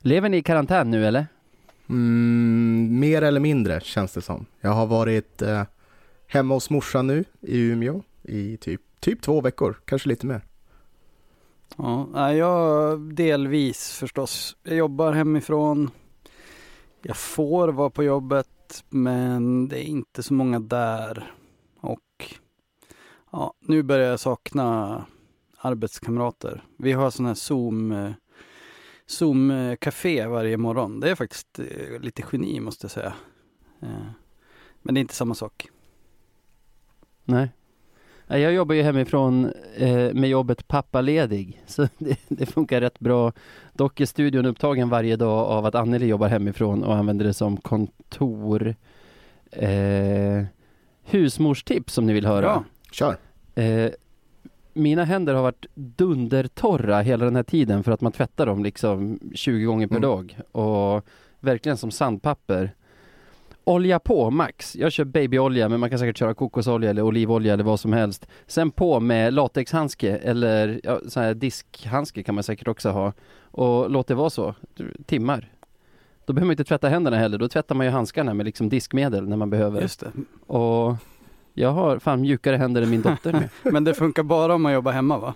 Lever ni i karantän nu eller? Mer eller mindre känns det som. Jag har varit hemma hos morsan nu i Umeå i typ 2 veckor, kanske lite mer. Ja, jag delvis förstås. Jag jobbar hemifrån. Jag får vara på jobbet, men det är inte så många där. Och ja, nu börjar jag sakna arbetskamrater. Vi har sån här Zoom-café varje morgon. Det är faktiskt lite geni, måste jag säga. Men det är inte samma sak. Nej. Jag jobbar ju hemifrån med jobbet pappaledig. Så det funkar rätt bra. Dock är studion upptagen varje dag av att Anneli jobbar hemifrån och använder det som kontor. Husmorstips som ni vill höra. Ja, kör. Mina händer har varit dundertorra hela den här tiden för att man tvättar dem liksom 20 gånger per dag. Och verkligen som sandpapper. Olja på max. Jag kör babyolja, men man kan säkert köra kokosolja eller olivolja eller vad som helst. Sen på med latexhandske eller så här diskhandske kan man säkert också ha. Och låt det vara så. Timmar. Då behöver man inte tvätta händerna heller. Då tvättar man ju handskarna med liksom diskmedel när man behöver. Just det. Och jag har fan mjukare händer än min dotter nu. Men det funkar bara om man jobbar hemma, va?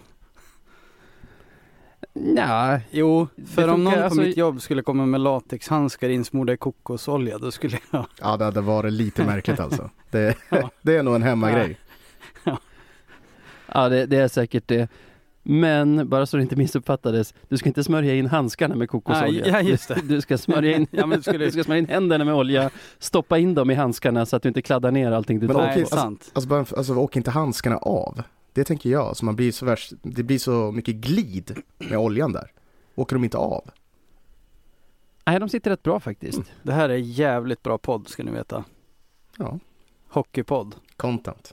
Nej. Jo, för om någon alltså på mitt jobb skulle komma med latexhandskar insmorda i kokosolja, då skulle jag... Ja, det hade varit lite märkligt alltså. Det är nog en hemmagrej. Ja, det är säkert det. Men bara så det inte missuppfattades, du ska inte smörja in handskarna med kokosolja. Ja, just det. Du ska smörja in, du ska smörja in händerna med olja, stoppa in dem i handskarna så att du inte kladdar ner allting du tar på. Sant. Alltså åker inte handskarna av? Det tänker jag. Så det blir så mycket glid med oljan där. Åker de inte av? Nej, de sitter rätt bra faktiskt. Det här är jävligt bra podd, ska ni veta. Ja. Hockeypodd. Content.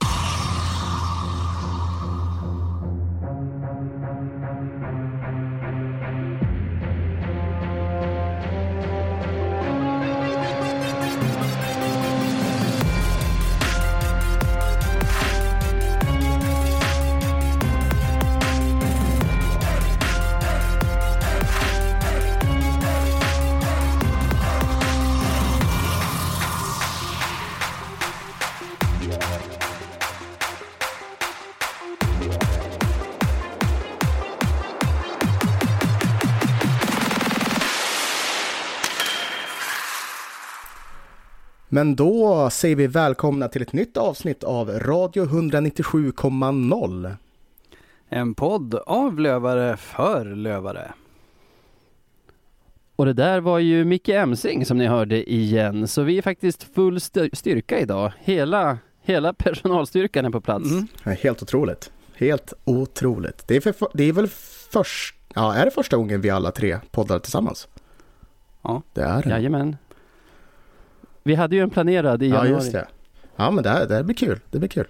Men då säger vi välkomna till ett nytt avsnitt av Radio 197,0. En podd av lövare för lövare. Och det där var ju Micke Emsing som ni hörde igen. Så vi är faktiskt full styrka idag. Hela personalstyrkan är på plats. Helt otroligt. Helt otroligt. Det är väl är det första gången vi alla 3 poddar tillsammans? Ja. Det är det. Jajamän. Vi hade ju en planerad i januari. Ja, just det. Ja, men det blir kul. Det blir kul.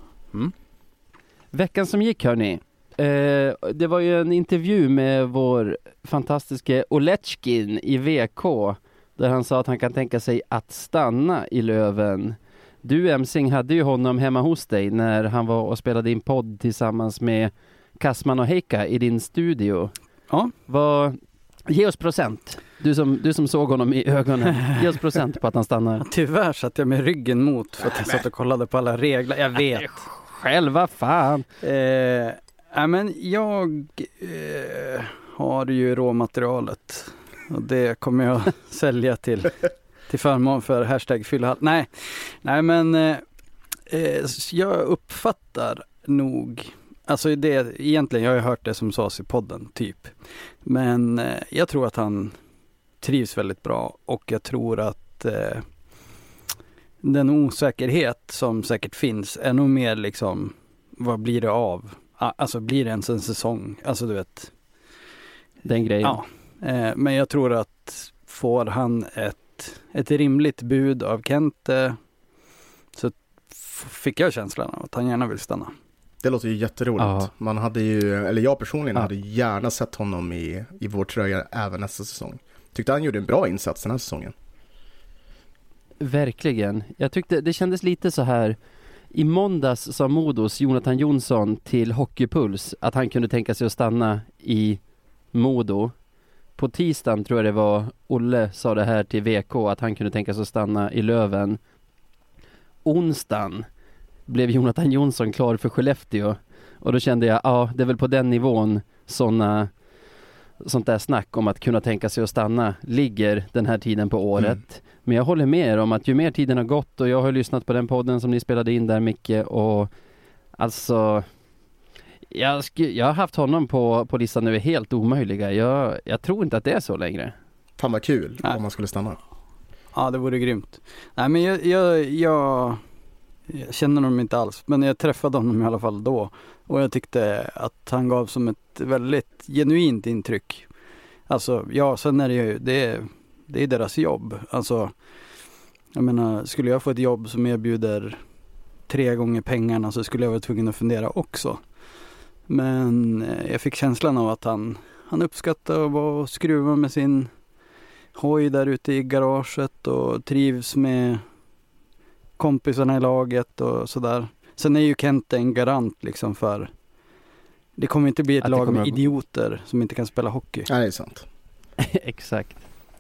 Veckan som gick, hörni. Det var ju en intervju med vår fantastiska Oletjkin i VK. Där han sa att han kan tänka sig att stanna i Löven. Du, Emsing, hade ju honom hemma hos dig när han var och spelade in podd tillsammans med Kasman och Heika i din studio. Ja. Ge oss procent. Du som såg honom i ögonen. Ge oss procent på att han stannar. Tyvärr satt jag med ryggen mot för att jag satt och kollade på alla regler. Jag vet. Själva fan. Men jag har ju råmaterialet. Och det kommer jag sälja till förmån för #fyllehall. Nej, men jag uppfattar nog... Alltså egentligen, jag har hört det som sades i podden, typ. Men jag tror att han trivs väldigt bra. Och jag tror att den osäkerhet som säkert finns är nog mer liksom, vad blir det av? Alltså blir det ens en säsong? Alltså du vet. Den grejen. Ja, men jag tror att får han ett rimligt bud av Kente så fick jag känslan av att han gärna vill stanna. Det låter ju jätteroligt. Ja. Man hade ju, eller jag personligen hade gärna sett honom i vår tröja även nästa säsong. Tyckte han gjorde en bra insats den här säsongen. Verkligen. Jag tyckte det kändes lite så här. I måndags sa Modos Jonathan Jonsson till Hockeypuls att han kunde tänka sig att stanna i Modo. på tisdagen tror jag det var, Olle sa det här till VK att han kunde tänka sig att stanna i Löven. Onsdagen blev Jonathan Jonsson klar för Skellefteå. Och då kände jag, ja, det är väl på den nivån sånt där snack om att kunna tänka sig att stanna ligger den här tiden på året. Men jag håller med er om att ju mer tiden har gått, och jag har lyssnat på den podden som ni spelade in där, Micke, och alltså jag har haft honom på listan nu, är helt omöjliga. Jag tror inte att det är så längre. Fan vad kul om man skulle stanna. Ja, det vore grymt. Nej, men jag känner honom inte alls, men jag träffade honom i alla fall då. Och jag tyckte att han gav som ett väldigt genuint intryck. Alltså, ja, sen är det är deras jobb. Alltså, jag menar, skulle jag få ett jobb som erbjuder 3 gånger pengarna så skulle jag vara tvungen att fundera också. Men jag fick känslan av att han uppskattar att vara och skruva med sin hoj där ute i garaget och trivs med kompisarna i laget och sådär. Sen är ju Kent en garant liksom för det kommer inte bli ett lag med idioter som inte kan spela hockey. Ja, det är sant. Exakt.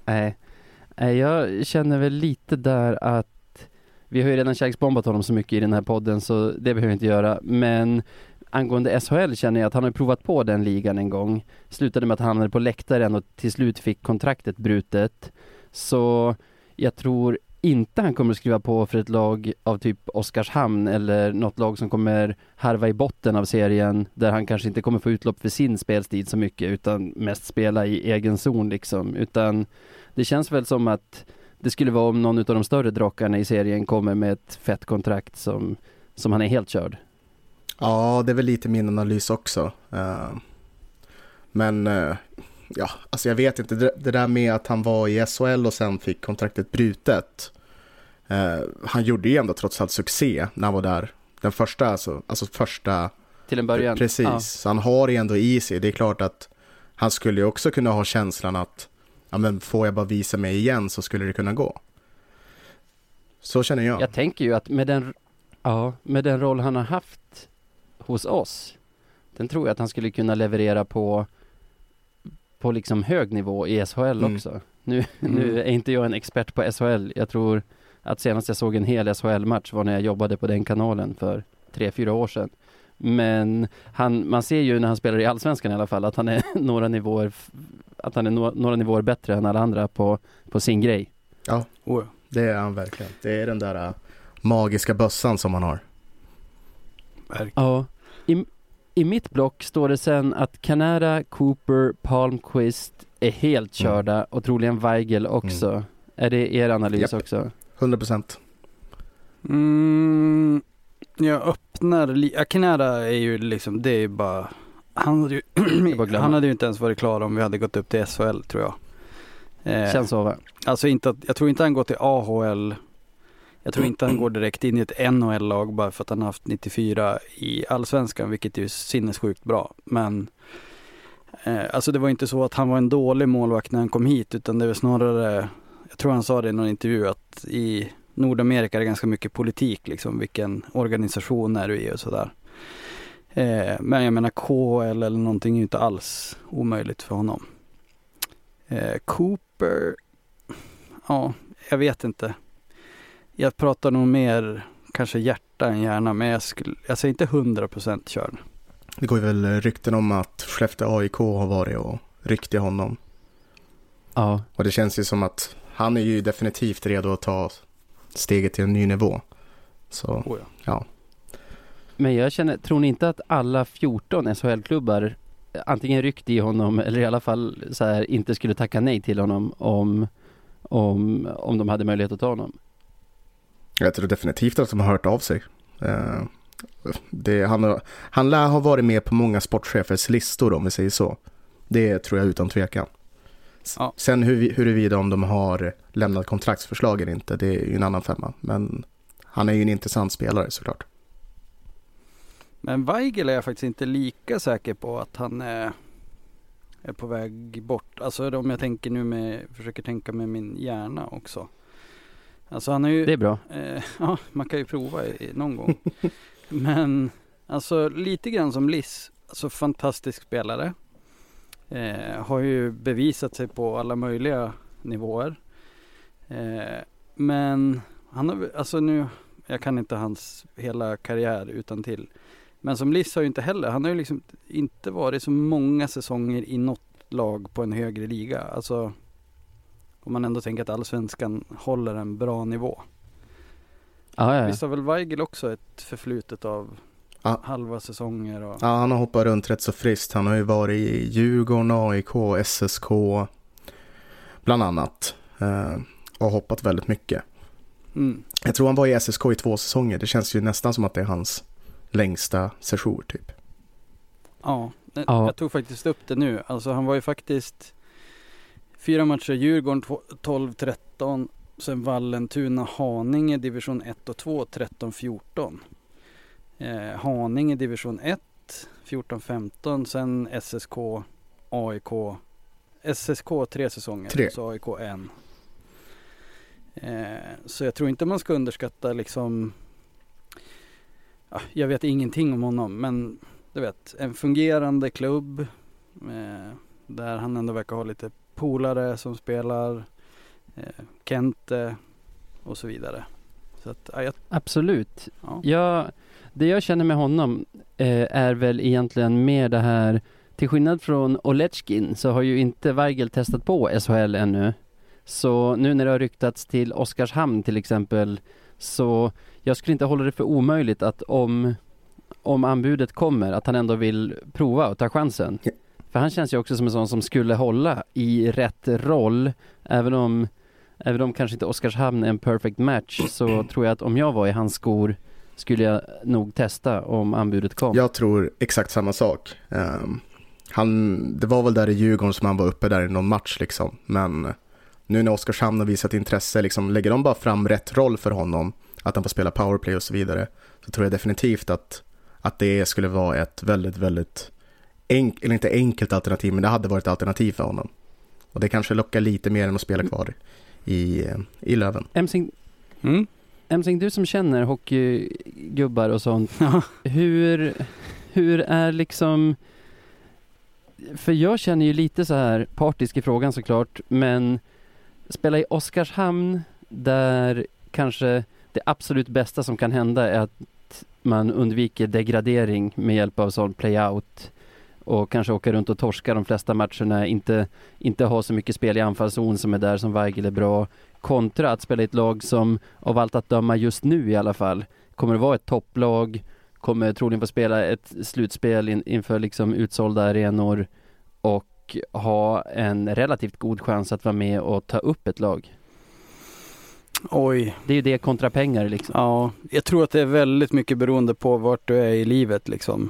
Jag känner väl lite där att vi har ju redan kärleksbombat honom så mycket i den här podden så det behöver vi inte göra. Men angående SHL känner jag att han har provat på den ligan en gång. Slutade med att han hamnade på läktaren och till slut fick kontraktet brutet. Så jag tror inte han kommer att skriva på för ett lag av typ Oskarshamn eller något lag som kommer harva i botten av serien där han kanske inte kommer få utlopp för sin spelstil så mycket utan mest spela i egen zon liksom. Utan det känns väl som att det skulle vara om någon av de större drakarna i serien kommer med ett fett kontrakt som han är helt körd. Ja, det är väl lite min analys också. Men ja, alltså jag vet inte. Det där med att han var i SHL och sen fick kontraktet brutet. Han gjorde ju ändå trots allt succé när han var där. Den första, alltså första... Till en början. Precis, ja. Så han har ju ändå i sig. Det är klart att han skulle ju också kunna ha känslan att ja, men får jag bara visa mig igen så skulle det kunna gå. Så känner jag. Jag tänker ju att med den roll han har haft hos oss, den tror jag att han skulle kunna leverera på liksom hög nivå i SHL också. Nu är inte jag en expert på SHL. Jag tror att senast jag såg en hel SHL-match var när jag jobbade på den kanalen för 3-4 år sedan. Men man ser ju när han spelar i Allsvenskan i alla fall att han är några nivåer bättre än alla andra på sin grej. Ja, det är han verkligen. Det är den där magiska bössan som han har. Ja. I mitt block står det sen att Canada, Cooper, Palmqvist är helt körda och troligen Weigel också. Är det er analys också? 100%. Jag öppnar... Canada är ju liksom... Det är bara... Han hade ju inte ens varit klar om vi hade gått upp till SHL, tror jag. Känns så, va? Alltså jag tror inte han går till AHL. Jag tror inte han går direkt in i ett NHL-lag bara för att han har haft 94 i Allsvenskan, vilket är ju sinnessjukt bra. Men alltså det var inte så att han var en dålig målvakt när han kom hit, utan det var snarare, jag tror han sa det i någon intervju, att i Nordamerika är det ganska mycket politik, liksom vilken organisation är du i och sådär. Men jag menar KHL eller någonting är ju inte alls omöjligt för honom. Cooper, ja, jag vet inte. Jag pratar nog mer kanske hjärta än hjärna, men jag säger inte 100% körd. Det går ju väl rykten om att Skellefteå AIK har varit och ryckt i honom. Ja. Och det känns ju som att han är ju definitivt redo att ta steget till en ny nivå. Så, ja. Men tror ni inte att alla 14 SHL-klubbar antingen ryckt i honom eller i alla fall så här, inte skulle tacka nej till honom om de hade möjlighet att ta honom? Jag tror definitivt att de har hört av sig. Han lär ha varit med på många sportchefers listor, om vi säger så. Det tror jag utan tvekan. Ja. Sen huruvida om de har lämnat kontraktsförslag eller inte, det är ju en annan femma. Men han är ju en intressant spelare såklart. Men Weigel är jag faktiskt inte lika säker på att han är på väg bort. Alltså om jag försöker tänka med min hjärna också. Alltså han är ju, det är bra. Ja, man kan ju prova någon gång. Men alltså lite grann som Liss, alltså fantastisk spelare. Har ju bevisat sig på alla möjliga nivåer. Men han har, alltså nu, jag kan inte hans hela karriär utan till. Men som Liss har ju inte heller, han har ju liksom inte varit så många säsonger i något lag på en högre liga. Alltså om man ändå tänker att allsvenskan håller en bra nivå. Ja. Visst har väl Weigel också ett förflutet av halva säsonger? Och... Ja, han har hoppat runt rätt så friskt. Han har ju varit i Djurgården, AIK, SSK bland annat. Och hoppat väldigt mycket. Jag tror han var i SSK i 2 säsonger. Det känns ju nästan som att det är hans längsta session typ. Ja, jag tog faktiskt upp det nu. Alltså han var ju faktiskt 4 matcher Djurgården 12-13. Sen Vallentuna, Haninge division 1 och 2 13-14. Haninge division 1 14-15. Sen SSK, AIK. SSK 3 säsonger. 3. Så AIK 1. Så jag tror inte man ska underskatta liksom... Ja, jag vet ingenting om honom, men du vet, en fungerande klubb där han ändå verkar ha lite polare som spelar, Kente och så vidare. Så att, absolut. Ja. Det jag känner med honom är väl egentligen mer det här, till skillnad från Olechkin så har ju inte Weigel testat på SHL ännu. Så nu när det har ryktats till Oskarshamn till exempel, så jag skulle inte hålla det för omöjligt att om anbudet kommer att han ändå vill prova och ta chansen. Ja. För han känns ju också som en sån som skulle hålla i rätt roll. Även om kanske inte Oskarshamn är en perfect match, så tror jag att om jag var i hans skor skulle jag nog testa om anbudet kom. Jag tror exakt samma sak. Det var väl där i Djurgården som han var uppe där i någon match liksom. Men nu när Oskarshamn har visat intresse, liksom, lägger de bara fram rätt roll för honom, att han får spela powerplay och så vidare, så tror jag definitivt att det skulle vara ett väldigt, väldigt eller inte enkelt alternativ, men det hade varit ett alternativ för honom. Och det kanske lockar lite mer än att spela kvar i Löven. Emsing, du som känner hockeygubbar och sånt, hur är liksom... För jag känner ju lite så här partisk i frågan såklart, men spela i Oskarshamn där kanske det absolut bästa som kan hända är att man undviker degradering med hjälp av sån playout och kanske åka runt och torska de flesta matcherna, inte ha så mycket spel i anfallszon som är där som Weigel är bra, kontra att spela i ett lag som av allt att döma just nu i alla fall kommer att vara ett topplag, kommer troligen få spela ett slutspel inför liksom utsålda arenor och ha en relativt god chans att vara med och ta upp ett lag. Oj. Det är ju det kontra pengar liksom. Ja, jag tror att det är väldigt mycket beroende på vart du är i livet liksom.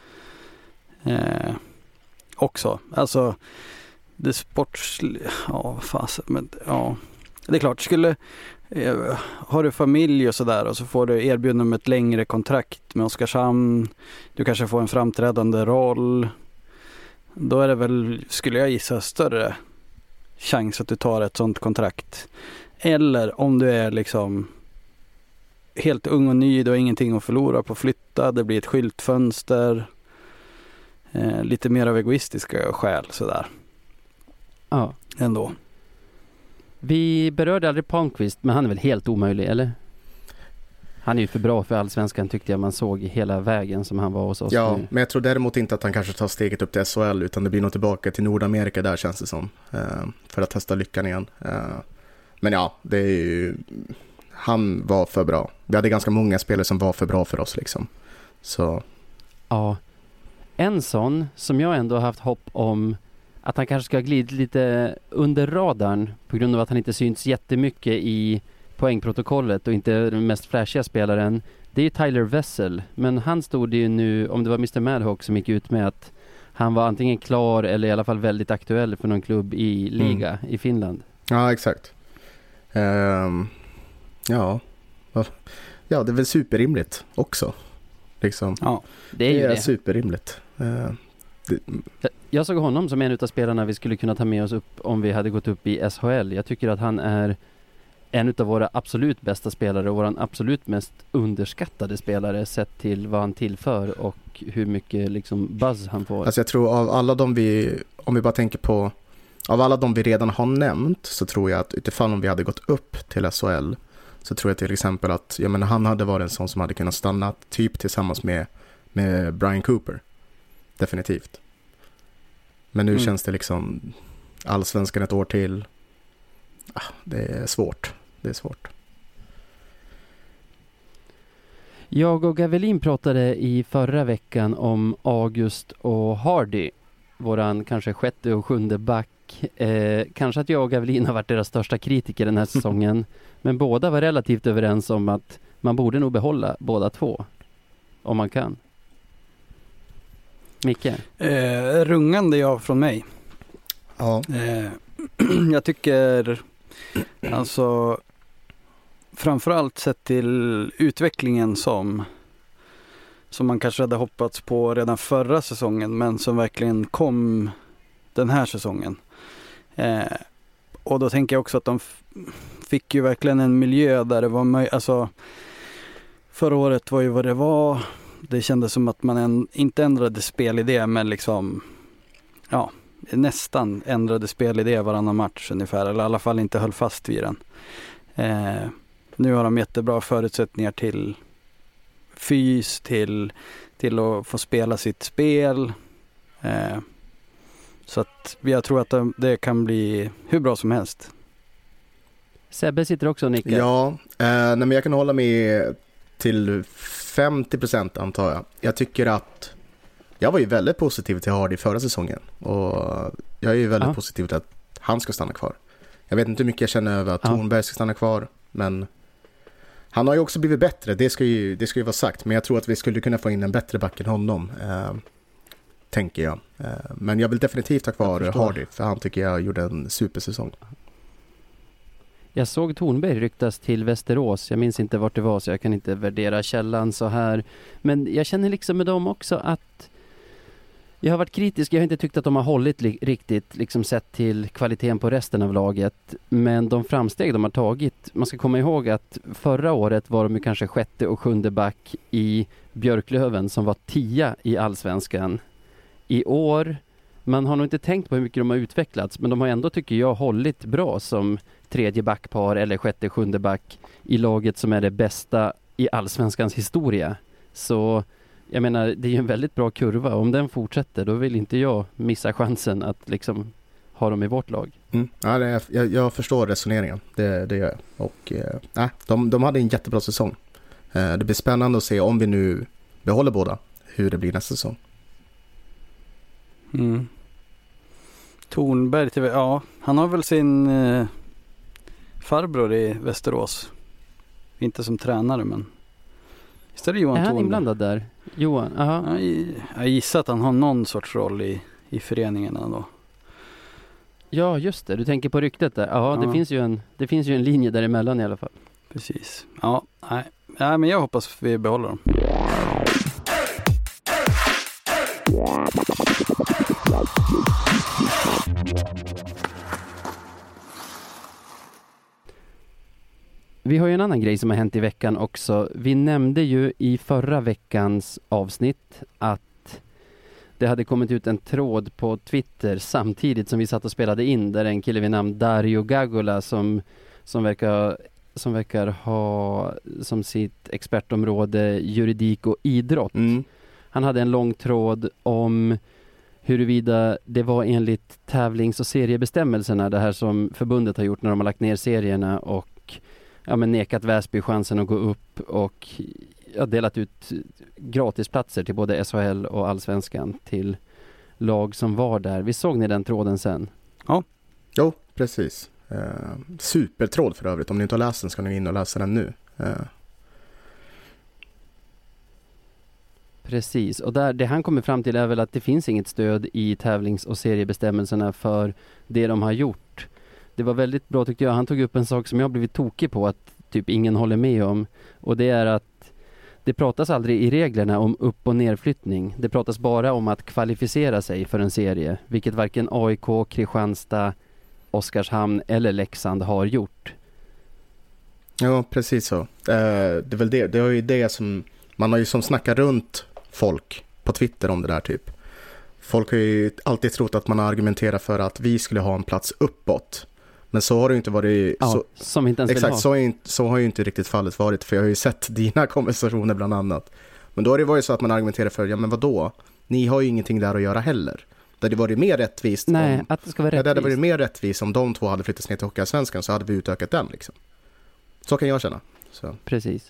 Också. Alltså det sportsliga, men det är klart, har du familj och sådär och så får du erbjudande om ett längre kontrakt med Oskarshamn, du kanske får en framträdande roll, då är det väl, skulle jag gissa, större chans att du tar ett sånt kontrakt. Eller om du är liksom helt ung och ny, du har ingenting att förlora på att flytta, det blir ett skyltfönster, lite mer av egoistiska skäl sådär. Ja. Ändå. Vi berörde aldrig Palmqvist, men han är väl helt omöjlig, eller? Han är ju för bra för allsvenskan, tyckte jag man såg hela vägen som han var hos oss. Ja, nu. men jag tror däremot inte att han kanske tar steget upp till SHL, utan det blir nog tillbaka till Nordamerika där, känns det som, för att testa lyckan igen. Men ja, det är ju, han var för bra. Vi hade ganska många spelare som var för bra för oss liksom. Så. Ja, en sån som jag ändå har haft hopp om att han kanske ska glida lite under radarn på grund av att han inte syns jättemycket i poängprotokollet och inte den mest flashiga spelaren, det är ju Tyler Wessel. Men han stod ju nu, om det var Mr. Madhawk som gick ut med att han var antingen klar eller i alla fall väldigt aktuell för någon klubb i liga i Finland. Ja, exakt. Ja, det är väl superrimligt också. Liksom. Ja, det är ju det. Superrimligt. Jag såg honom som en av spelarna vi skulle kunna ta med oss upp om vi hade gått upp i SHL. Jag tycker att han är en av våra absolut bästa spelare och våran absolut mest underskattade spelare sett till vad han tillför och hur mycket liksom buzz han får. Alltså jag tror av alla de vi om vi bara tänker på, av alla de vi redan har nämnt, så tror jag att utifrån om vi hade gått upp till SHL, så tror jag till exempel att han hade varit en sån som hade kunnat stanna typ tillsammans med Brian Cooper. Definitivt. Men nu känns det liksom allsvenskan ett år till. Det är svårt. Jag och Gavelin pratade i förra veckan om August och Hardy. Våran kanske 6:e och 7:e back. Kanske att jag och Gavelin har varit deras största kritiker den här säsongen. Men båda var relativt överens om att man borde nog behålla båda två. Om man kan. Micke? Rungande ja från mig. Ja. Jag tycker alltså framförallt sett till utvecklingen som man kanske hade hoppats på redan förra säsongen, men som verkligen kom den här säsongen. Och då tänker jag också att de fick ju verkligen en miljö där det var alltså förra året var ju vad det var. Det kändes som att man inte ändrade spelidé, men liksom nästan ändrade spelidé varannan match ungefär, eller i alla fall inte höll fast vid den. Nu har de jättebra förutsättningar till fys, till att få spela sitt spel. Så att jag tror att det kan bli hur bra som helst. Sebbe sitter också och nickar. Ja, men jag kan hålla med till 50% antar jag. Jag tycker att jag var ju väldigt positiv till Hardy förra säsongen. Och jag är ju väldigt positiv till att han ska stanna kvar. Jag vet inte hur mycket jag känner över att Thornberg ska stanna kvar, men han har ju också blivit bättre, det ska ju vara sagt. Men jag tror att vi skulle kunna få in en bättre back än honom, tänker jag. Men jag vill definitivt ha kvar Hardy, för han tycker jag gjorde en supersäsong. Jag såg Thornberg ryktas till Västerås. Jag minns inte vart det var, så jag kan inte värdera källan så här. Men jag känner liksom med dem också att jag har varit kritisk. Jag har inte tyckt att de har hållit riktigt liksom sett till kvaliteten på resten av laget. Men de framsteg de har tagit, man ska komma ihåg att förra året var de ju kanske 6:e och 7:e back i Björklöven som var 10 i allsvenskan. I år, man har nog inte tänkt på hur mycket de har utvecklats, men de har ändå, tycker jag, hållit bra som 3:e backpar eller 6:e, 7:e back i laget som är det bästa i allsvenskans historia. Så jag menar, det är ju en väldigt bra kurva. Om den fortsätter, då vill inte jag missa chansen att liksom ha dem i vårt lag. Ja, jag förstår resoneringen. Det gör jag. Och de hade en jättebra säsong. Det blir spännande att se om vi nu behåller båda, hur det blir nästa säsong. Thornberg, han har väl sin farbror i Västerås. Inte som tränare, men visst är det Johan Thornberg? Är han inblandad där? Johan, aha. Jag gissar att han har någon sorts roll i föreningen ändå. Ja, just det. Du tänker på ryktet där. Ja, det finns ju en linje däremellan i alla fall. Precis. Ja, men jag hoppas vi behåller dem. Vi har ju en annan grej som har hänt i veckan också. Vi nämnde ju i förra veckans avsnitt att det hade kommit ut en tråd på Twitter samtidigt som vi satt och spelade in, där en kille vid namn Dario Gagola som verkar ha som sitt expertområde juridik och idrott. Han hade en lång tråd om huruvida det var enligt tävlings- och seriebestämmelserna, det här som förbundet har gjort när de har lagt ner serierna och nekat Väsby chansen att gå upp och delat ut gratisplatser till både SHL och Allsvenskan till lag som var där. Vi såg ni den tråden sen? Ja. Jo, precis. Supertråd för övrigt. Om ni inte har läst den ska ni in och läsa den nu. Precis, och det han kommer fram till är väl att det finns inget stöd i tävlings- och seriebestämmelserna för det de har gjort. Det var väldigt bra tyckte jag. Han tog upp en sak som jag har blivit tokig på att typ ingen håller med om. Och det är att det pratas aldrig i reglerna om upp- och nerflyttning. Det pratas bara om att kvalificera sig för en serie. Vilket varken AIK, Kristianstad, Oskarshamn eller Leksand har gjort. Ja, precis så. Det är väl det. Det är ju det som man har ju som snackat runt folk på Twitter om det där typ. folk har ju alltid trott att man har argumenterat för att vi skulle ha en plats uppåt. Men så har det inte varit. Ja, så, som inte ens exakt, vill ha. så har ju inte riktigt fallet varit. För jag har ju sett dina konversationer bland annat. Men då har det varit så att man argumenterar för, ja men vadå? Ni har ju ingenting där att göra heller. Det hade varit mer rättvist. Nej, att det ska vara rättvist. Det hade varit mer rättvist om de två hade flyttats ner till Hockeyallsvenskan, så hade vi utökat den liksom. Så kan jag känna. Så. Precis.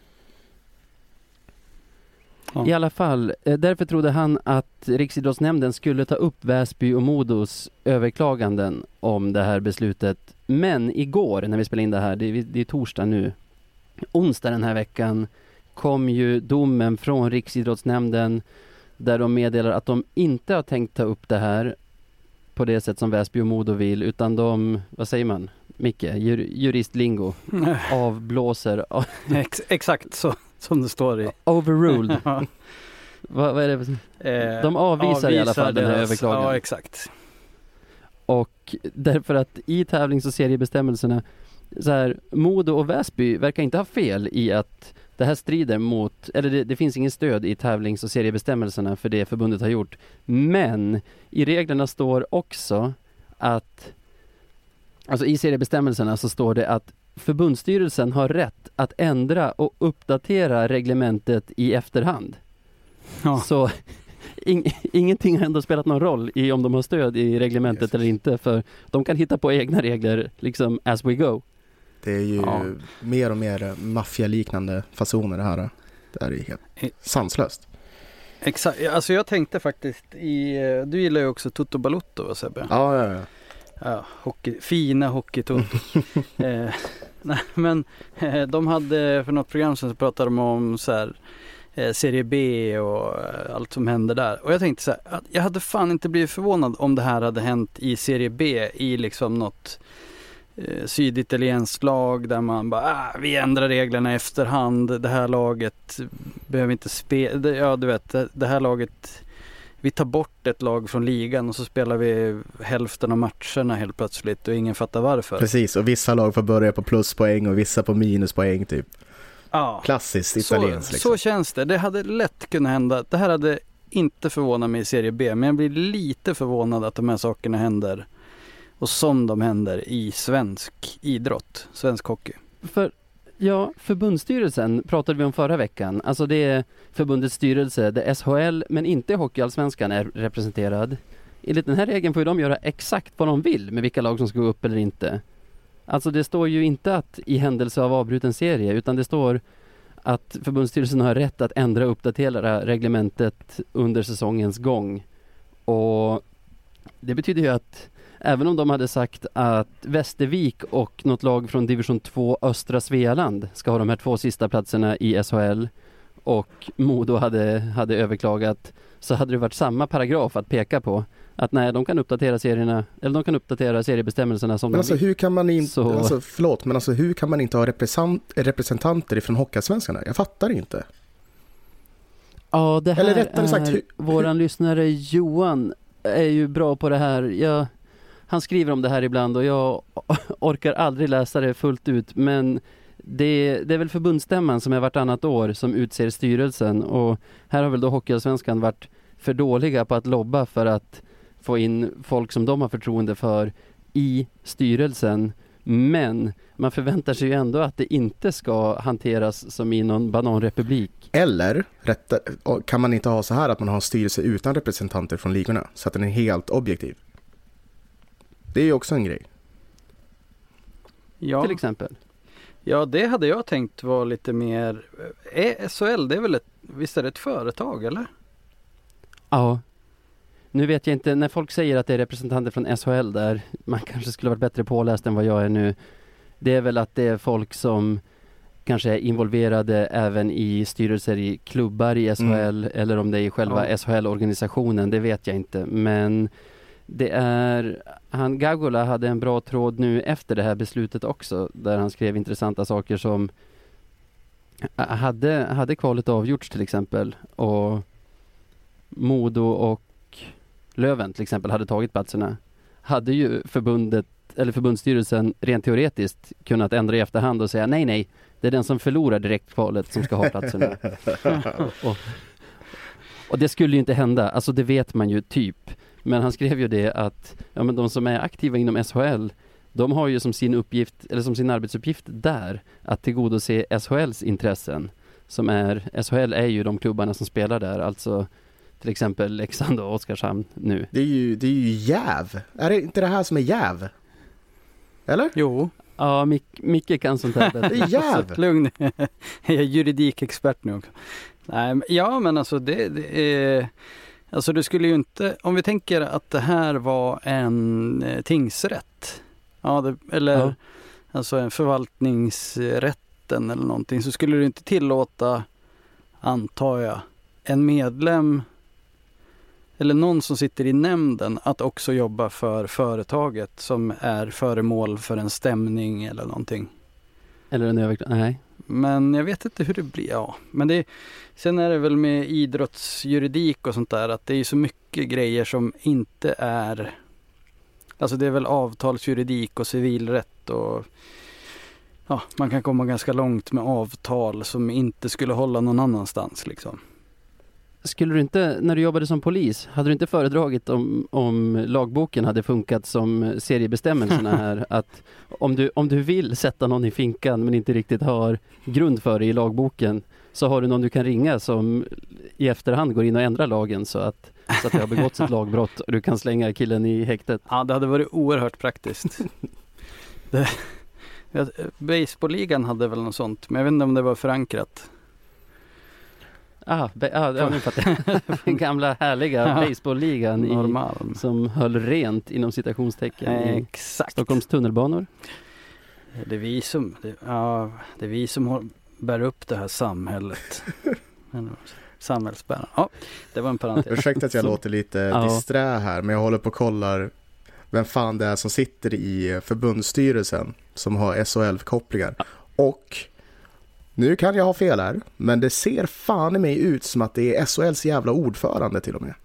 Ja. I alla fall, därför trodde han att Riksidrottsnämnden skulle ta upp Väsby och Modos överklaganden om det här beslutet. Men igår när vi spelade in det här, det är torsdag nu, onsdag den här veckan, kom ju domen från Riksidrottsnämnden där de meddelar att de inte har tänkt ta upp det här på det sätt som Väsby och Modo vill, utan de, vad säger man, Micke, juristlingo, avblåser. Exakt så som det står i. Overruled. Vad är det? De avvisar i alla fall den här överklagan. Ja, exakt. Och därför att i tävlings- och seriebestämmelserna så här, Modo och Väsby verkar inte ha fel i att det här strider mot, eller det finns ingen stöd i tävlings- och seriebestämmelserna för det förbundet har gjort. Men i reglerna står också att, alltså i seriebestämmelserna så står det att förbundsstyrelsen har rätt att ändra och uppdatera reglementet i efterhand. Ja. Så ingenting har ändå spelat någon roll i om de har stöd i reglementet eller inte, för de kan hitta på egna regler liksom as we go. Det är ju mer och mer maffialiknande fasoner det här. Det är ju helt sanslöst. Exakt, alltså jag tänkte faktiskt du gillar ju också Toto Balotto, va, Sebbe? Ja. Ja, fina hockeytoto. Nej, men de hade för något program som pratade de om så här, serie B och allt som hände där. Och jag tänkte så här, att jag hade fan inte blivit förvånad om det här hade hänt i serie B i liksom något syditalienskt lag där man bara, vi ändrar reglerna i efterhand. Det här laget behöver inte spela. Ja, du vet, det här laget, vi tar bort ett lag från ligan och så spelar vi hälften av matcherna helt plötsligt och ingen fattar varför. Precis, och vissa lag får börja på pluspoäng och vissa på minuspoäng typ. Ja. Klassiskt italienskt liksom. Så känns det. Det hade lätt kunnat hända. Det här hade inte förvånat mig i serie B, men jag blir lite förvånad att de här sakerna händer och som de händer i svensk idrott, svensk hockey. Förbundsstyrelsen pratade vi om förra veckan. Alltså det är förbundets styrelse där SHL men inte Hockeyallsvenskan är representerad. Enligt den här regeln får ju de göra exakt vad de vill med vilka lag som ska gå upp eller inte. Alltså det står ju inte att i händelse av avbruten serie, utan det står att förbundsstyrelsen har rätt att ändra och uppdatera reglementet under säsongens gång. Och det betyder ju att även om de hade sagt att Västervik och något lag från division 2 östra Svealand ska ha de här 2 sista platserna i SHL och Modo hade överklagat, så hade det varit samma paragraf att peka på. Att nej, de kan uppdatera serierna, eller de kan uppdatera seriebestämmelserna som men de vill. Hur kan man inte, hur kan man inte ha representanter ifrån Hockeyallsvenskan? Jag fattar inte. Ja, det här eller rättare sagt, våran lyssnare Johan är ju bra på det här. Han skriver om det här ibland och jag orkar aldrig läsa det fullt ut, men det är väl förbundsstämman som är vartannat år som utser styrelsen, och här har väl då Hockeyallsvenskan varit för dåliga på att lobba för att få in folk som de har förtroende för i styrelsen, men man förväntar sig ju ändå att det inte ska hanteras som i någon bananrepublik. Eller kan man inte ha så här att man har en styrelse utan representanter från ligorna så att den är helt objektiv? Det är ju också en grej. Ja. Till exempel. Ja, det hade jag tänkt var lite mer. SHL, det är väl visst är det ett företag, eller? Ja. Nu vet jag inte, när folk säger att det är representanter från SHL där, man kanske skulle varit bättre påläst än vad jag är nu. Det är väl att det är folk som kanske är involverade även i styrelser i klubbar i SHL, eller om det är i själva SHL-organisationen, det vet jag inte. Men det är, Gagola hade en bra tråd nu efter det här beslutet också, där han skrev intressanta saker som hade kvalet avgjorts till exempel, och Modo och Löven till exempel hade tagit platserna, hade ju förbundsstyrelsen rent teoretiskt kunnat ändra i efterhand och säga nej, det är den som förlorar direktkvalet som ska ha platserna. och det skulle ju inte hända, alltså det vet man ju typ. Men han skrev ju det att men de som är aktiva inom SHL, de har ju som sin uppgift, eller som sin arbetsuppgift där, att tillgodose SHLs intressen. SHL är ju de klubbarna som spelar där, alltså till exempel Leksand och Oskarshamn nu. Det är ju jäv. Är det inte det här som är jäv? Eller? Jo. Ja, Micke kan sånt här. Det är jäv. Lugn. Jag är juridikexpert nu också. Nej, men alltså det är... Alltså du skulle ju inte... Om vi tänker att det här var en tingsrätt. Alltså en förvaltningsrätten eller någonting. Så skulle du inte tillåta, antar jag, en medlem eller någon som sitter i nämnden att också jobba för företaget som är föremål för en stämning eller någonting. Eller en överklagning. Nej. Men jag vet inte hur det blir. Ja, men sen är det väl med idrottsjuridik och sånt där att det är så mycket grejer som inte är... Alltså det är väl avtalsjuridik och civilrätt och man kan komma ganska långt med avtal som inte skulle hålla någon annanstans liksom. Skulle du inte, när du jobbade som polis, hade du inte föredragit om lagboken hade funkat som seriebestämmelserna här? Att om du vill sätta någon i finkan men inte riktigt har grund för det i lagboken, så har du någon du kan ringa som i efterhand går in och ändrar lagen så att det har begåtts ett lagbrott och du kan slänga killen i häktet. Ja, det hade varit oerhört praktiskt. Baseballligan hade väl något sånt, men jag vet inte om det var förankrat. Nu fattar jag. Den gamla härliga baseballligan som höll rent inom citationstecken i Stockholms tunnelbanor. Det är vi som bär upp det här samhället. Samhällsbäraren. Ja, det var en parentes. Ursäkta att jag låter lite disträ här, men jag håller på och kollar vem fan det är som sitter i förbundsstyrelsen som har SHL-kopplingar. Och nu kan jag ha fel här, men det ser fan i mig ut som att det är SHLs jävla ordförande till och med.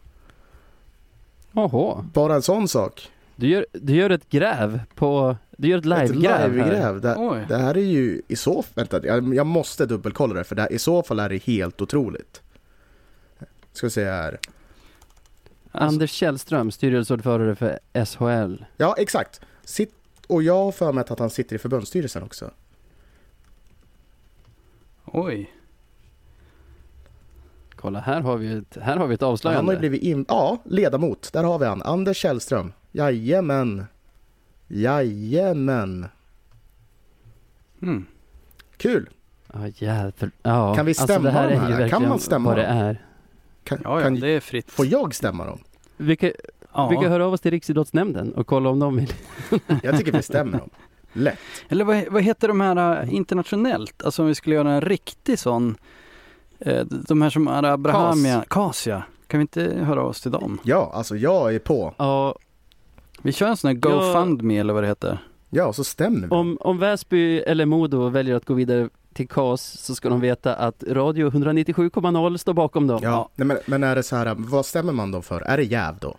Jaha. Bara en sån sak. Du gör ett gräv på... Du gör ett live-gräv. Det här är ju i så fall... Vänta, jag måste dubbelkolla det, för det här, i så fall är det helt otroligt. Ska vi se här. Anders Källström, styrelseordförande för SHL. Ja, exakt. Och jag har för mig att han sitter i förbundsstyrelsen också. Oj. Kolla, här har vi ett avslöjande. Han har ju blivit ledamot. Där har vi han. Anders Källström. Jajamän. Kul. Kan vi stämma dem här? Kan man stämma dem? Det är. Kan det är fritt. Får jag stämma dem? Vi kan höra av oss till Riksidrottsnämnden och kolla om de vill. Jag tycker vi stämmer dem. Lätt. Eller vad heter de här internationellt? Alltså om vi skulle göra en riktig sån, de här som är Abrahamia, Kasia. Kan vi inte höra oss till dem? Ja, alltså jag är på. Ja. Vi kör en sån här GoFundMe eller vad det heter. Ja, så stämmer vi. Om Väsby eller Modo väljer att gå vidare till KAS, så ska de veta att Radio 197,0 står bakom dem. Ja. Nej, men är det så här, vad stämmer man då för? Är det jäv då?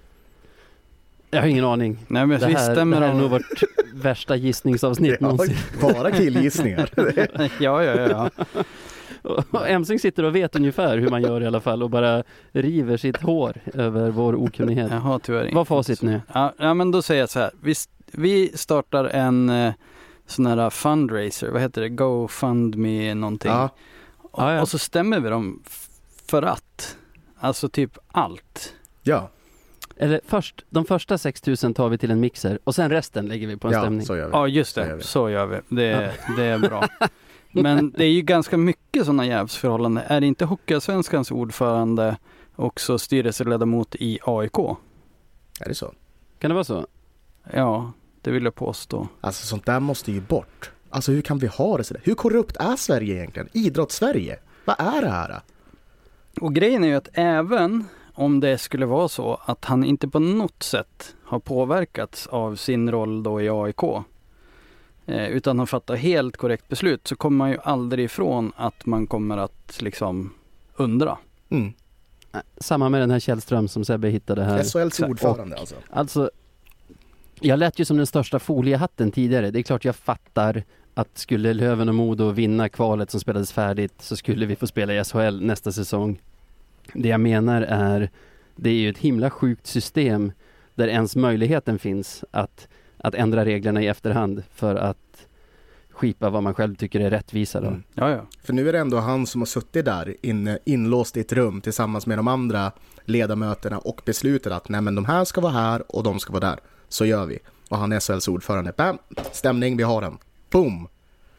Jag har ingen aning. Nej, men det här är nog vårt värsta gissningsavsnitt någonsin. Bara killgissningar. Ja. Och Emsing sitter och vet ungefär hur man gör i alla fall och bara river sitt hår över vår okunnighet. Jaha, tyvärr. Vad facit nu? Ja, men då säger jag så här. Vi startar en sån här fundraiser. Vad heter det? GoFundMe någonting. Ja. Och så stämmer vi dem för att. Alltså typ allt. Ja. Eller de första 6 000 tar vi till en mixer och sen resten lägger vi på en stämning. Så gör vi. Ja, just det. Så gör vi. Det är bra. Men det är ju ganska mycket sådana jävsförhållanden. Är det inte Hockeyallsvenskans ordförande också styrelseledamot i AIK? Är det så? Kan det vara så? Ja, det vill jag påstå. Alltså sånt där måste ju bort. Alltså hur kan vi ha det sådär? Hur korrupt är Sverige egentligen? Idrottssverige? Vad är det här? Och grejen är ju att även om det skulle vara så att han inte på något sätt har påverkats av sin roll då i AIK, utan har fattat helt korrekt beslut, så kommer man ju aldrig ifrån att man kommer att liksom undra. Mm. Samma med den här Källström som Sebbe hittade här. SHLs ordförande alltså. Jag lät ju som den största foliehatten tidigare. Det är klart jag fattar att skulle Löven och Modo vinna kvalet som spelades färdigt, så skulle vi få spela i SHL nästa säsong. Det jag menar är det är ju ett himla sjukt system där ens möjligheten finns att ändra reglerna i efterhand för att skipa vad man själv tycker är rättvisa då. Ja. För nu är det ändå han som har suttit där inlåst i ett rum tillsammans med de andra ledamöterna och beslutat att nej men de här ska vara här och de ska vara där. Så gör vi. Och han är SHLs ordförande. Bam! Stämning, vi har den. Boom!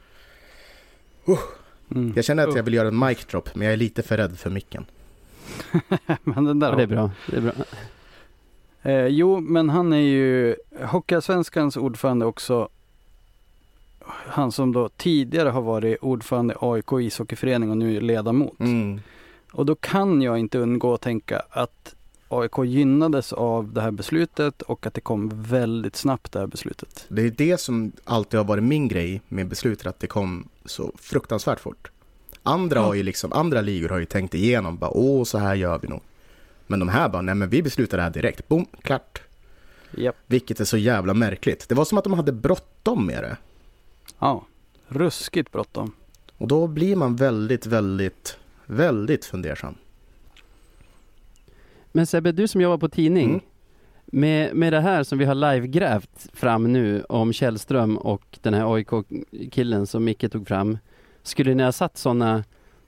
Jag känner att jag vill göra en mic drop, men jag är lite för rädd för micken. Men den där det är bra. Det är bra. Jo, men han är ju Hockeyallsvenskans ordförande också. Han som då tidigare har varit ordförande i AIK ishockeyförening och nu är ledamot. Och då kan jag inte undgå att tänka att AIK gynnades av det här beslutet och att det kom väldigt snabbt det här beslutet. Det är det som alltid har varit min grej med beslutet, att det kom så fruktansvärt fort. Andra ligor har ju tänkt igenom, bara så här gör vi nog. Men de här bara, nej men vi beslutar det här direkt. Boom, klart. Yep. Vilket är så jävla märkligt. Det var som att de hade bråttom med det. Ja, ruskigt bråttom. Och då blir man väldigt, väldigt, väldigt fundersam. Men Sebbe, du som jobbar på tidning, med det här som vi har live-grävt fram nu om Källström och den här AIK-killen som Micke tog fram, skulle ni ha satt sådana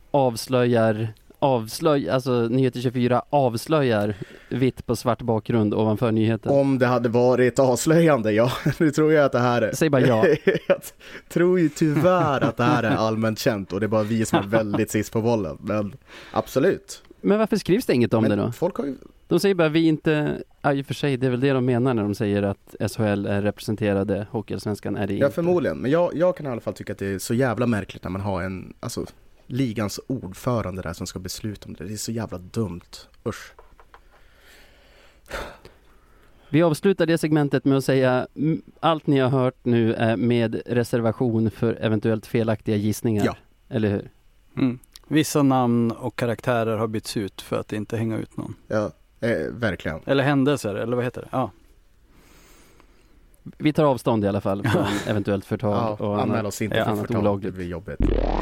alltså Nyheter 24 avslöjar vitt på svart bakgrund ovanför nyheten? Om det hade varit avslöjande, ja. Nu tror jag att det här är... Säg bara ja. Jag tror ju tyvärr att det här är allmänt känt och det är bara vi som är väldigt sist på bollen. Men absolut. Men varför skrivs det inget om det då? Folk har ju... De säger bara vi inte... Ja, i och för sig, det är väl det de menar när de säger att SHL är representerade, Hockeyallsvenskan är det inte. Ja, förmodligen. Men jag kan i alla fall tycka att det är så jävla märkligt när man har en... Alltså, ligans ordförande där som ska besluta om det. Det är så jävla dumt. Usch. Vi avslutar det segmentet med att säga allt ni har hört nu är med reservation för eventuellt felaktiga gissningar. Ja. Eller hur? Vissa namn och karaktärer har bytts ut för att inte hänga ut någon. Ja, verkligen. Eller händelser, eller vad heter det? Ja. Vi tar avstånd i alla fall från eventuellt förtal och anmäl oss inte för förtal. Olagligt. Det blir jobbigt.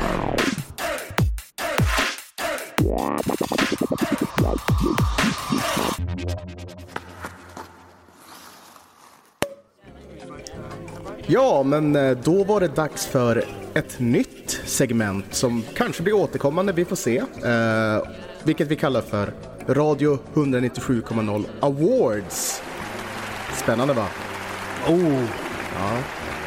Ja, men då var det dags för ett nytt segment som kanske blir återkommande, vi får se. Vilket vi kallar för Radio 197,0 Awards. Spännande, va? Ja.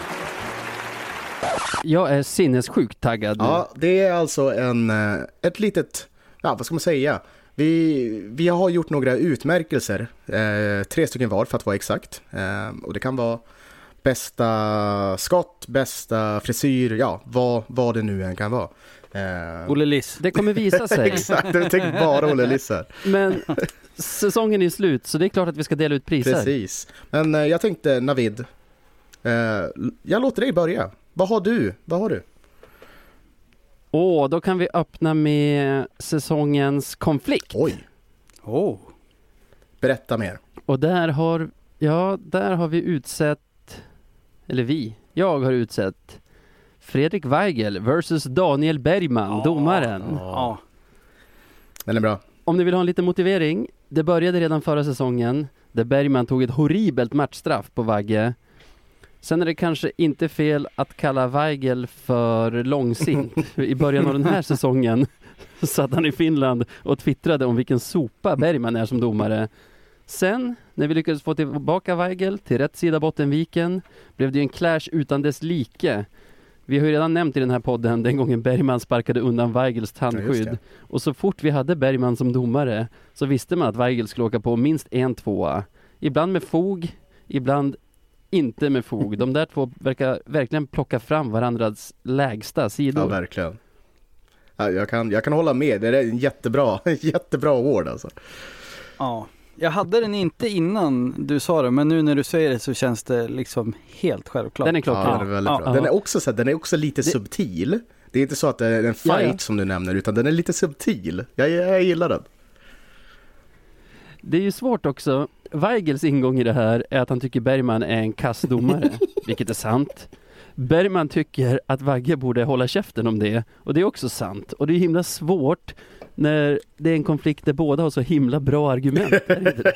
Jag är sinnessjukt taggad nu. Ja, det är alltså ett litet, vad ska man säga? Vi har gjort några utmärkelser, 3 stycken var för att vara exakt. Och det kan vara bästa skott, bästa frisyr, vad det nu än kan vara. Olle Liss. Det kommer visa sig. Exakt, jag tänkte bara Olle Liss här. Men säsongen är slut, så det är klart att vi ska dela ut priser. Precis. Men jag tänkte, Navid, jag låter dig börja. Vad har du? Då kan vi öppna med säsongens konflikt. Oj. Berätta mer. Och där har vi utsett, jag har utsett Fredrik Weigel versus Daniel Bergman, domaren. Ja. Den är bra. Om ni vill ha en liten motivering, det började redan förra säsongen där Bergman tog ett horribelt matchstraff på Vagge. Sen är det kanske inte fel att kalla Weigel för långsint. I början av den här säsongen satt han i Finland och twittrade om vilken sopa Bergman är som domare. Sen, när vi lyckades få tillbaka Weigel till rätt sida Bottenviken, blev det en clash utan dess like. Vi har ju redan nämnt i den här podden den gången Bergman sparkade undan Weigels tandskydd. Ja, och så fort vi hade Bergman som domare så visste man att Weigel skulle åka på minst 1-2. Ibland med fog, ibland inte med fog. De där två verkar verkligen plocka fram varandras lägsta sidor. Ja, verkligen. Ja, jag kan hålla med. Det är en jättebra award alltså. Ja. Jag hade den inte innan du sa det, men nu när du säger det så känns det liksom helt självklart. Den är klockren. Ja, den är väldigt bra. Den är också lite subtil. Det är inte så att det är en fight som du nämner, utan den är lite subtil. Jag gillar den. Det är ju svårt också. Weigels ingång i det här är att han tycker Bergman är en kassdomare, vilket är sant. Bergman tycker att Vagge borde hålla käften om det. Och det är också sant. Och det är himla svårt när det är en konflikt där båda har så himla bra argument. Är det inte det?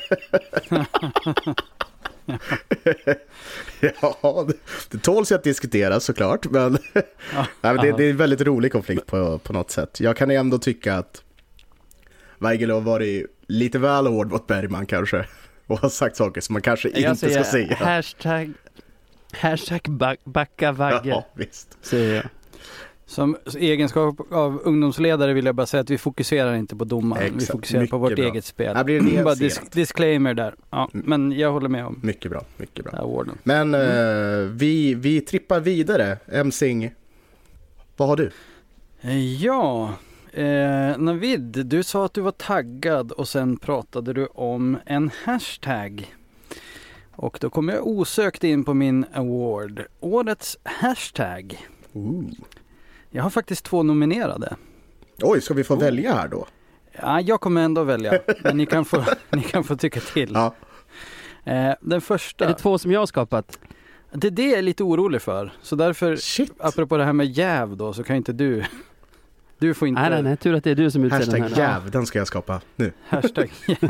Ja, det tåls att diskutera såklart, men, nej, men det är en väldigt rolig konflikt på något sätt. Jag kan ändå tycka att Weigel har varit lite väl hård mot Bergman kanske, och har sagt saker som man kanske inte ska säga. Hashtag backa Vagge. Ja, visst. Säger jag. Som egenskap av ungdomsledare vill jag bara säga att vi fokuserar inte på domaren. Exakt. Vi fokuserar Mycket på vårt bra. eget spel. Här blir det bara disclaimer där. Ja, men jag håller med om mycket bra. awarden. Men vi trippar vidare. Emsing, vad har du? Ja, Navid, du sa att du var taggad och sen pratade du om en hashtag. Och då kommer jag osökt in på min award. Årets hashtag. Jag har faktiskt 2 nominerade. Oj, ska vi få välja här då? Ja, jag kommer ändå välja. Men ni kan få tycka till. Ja. Den första. Är det 2 som jag har skapat? Det är det jag är lite orolig för. Så därför, apropå det här med jäv då, så kan inte du... Du får inte... Nej, tur att det är du som utser den här. Hashtag jäv, den ska jag skapa nu. Hashtag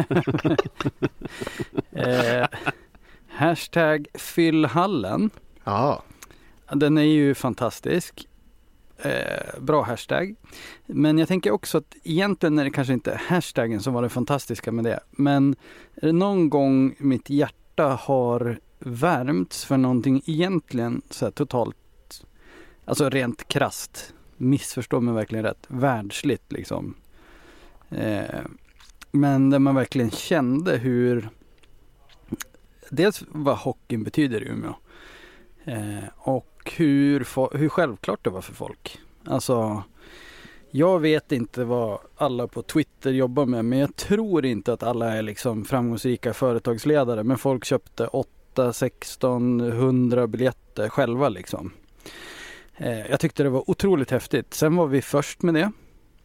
jäv. Hashtag fyllhallen. Ja. Den är ju fantastisk. Bra hashtag. Men jag tänker också att egentligen är det kanske inte hashtaggen som var det fantastiska med det. Men är det någon gång mitt hjärta har värmts för någonting egentligen så här totalt, alltså rent krasst, missförstå mig verkligen rätt, världsligt liksom. Men där man verkligen kände hur dels vad hockeyn betyder i Umeå. Och hur självklart det var för folk. Alltså, jag vet inte vad alla på Twitter jobbar med, men jag tror inte att alla är liksom framgångsrika företagsledare, men folk köpte 8, 16, 100 biljetter själva liksom. Jag tyckte det var otroligt häftigt. Sen var vi först med det.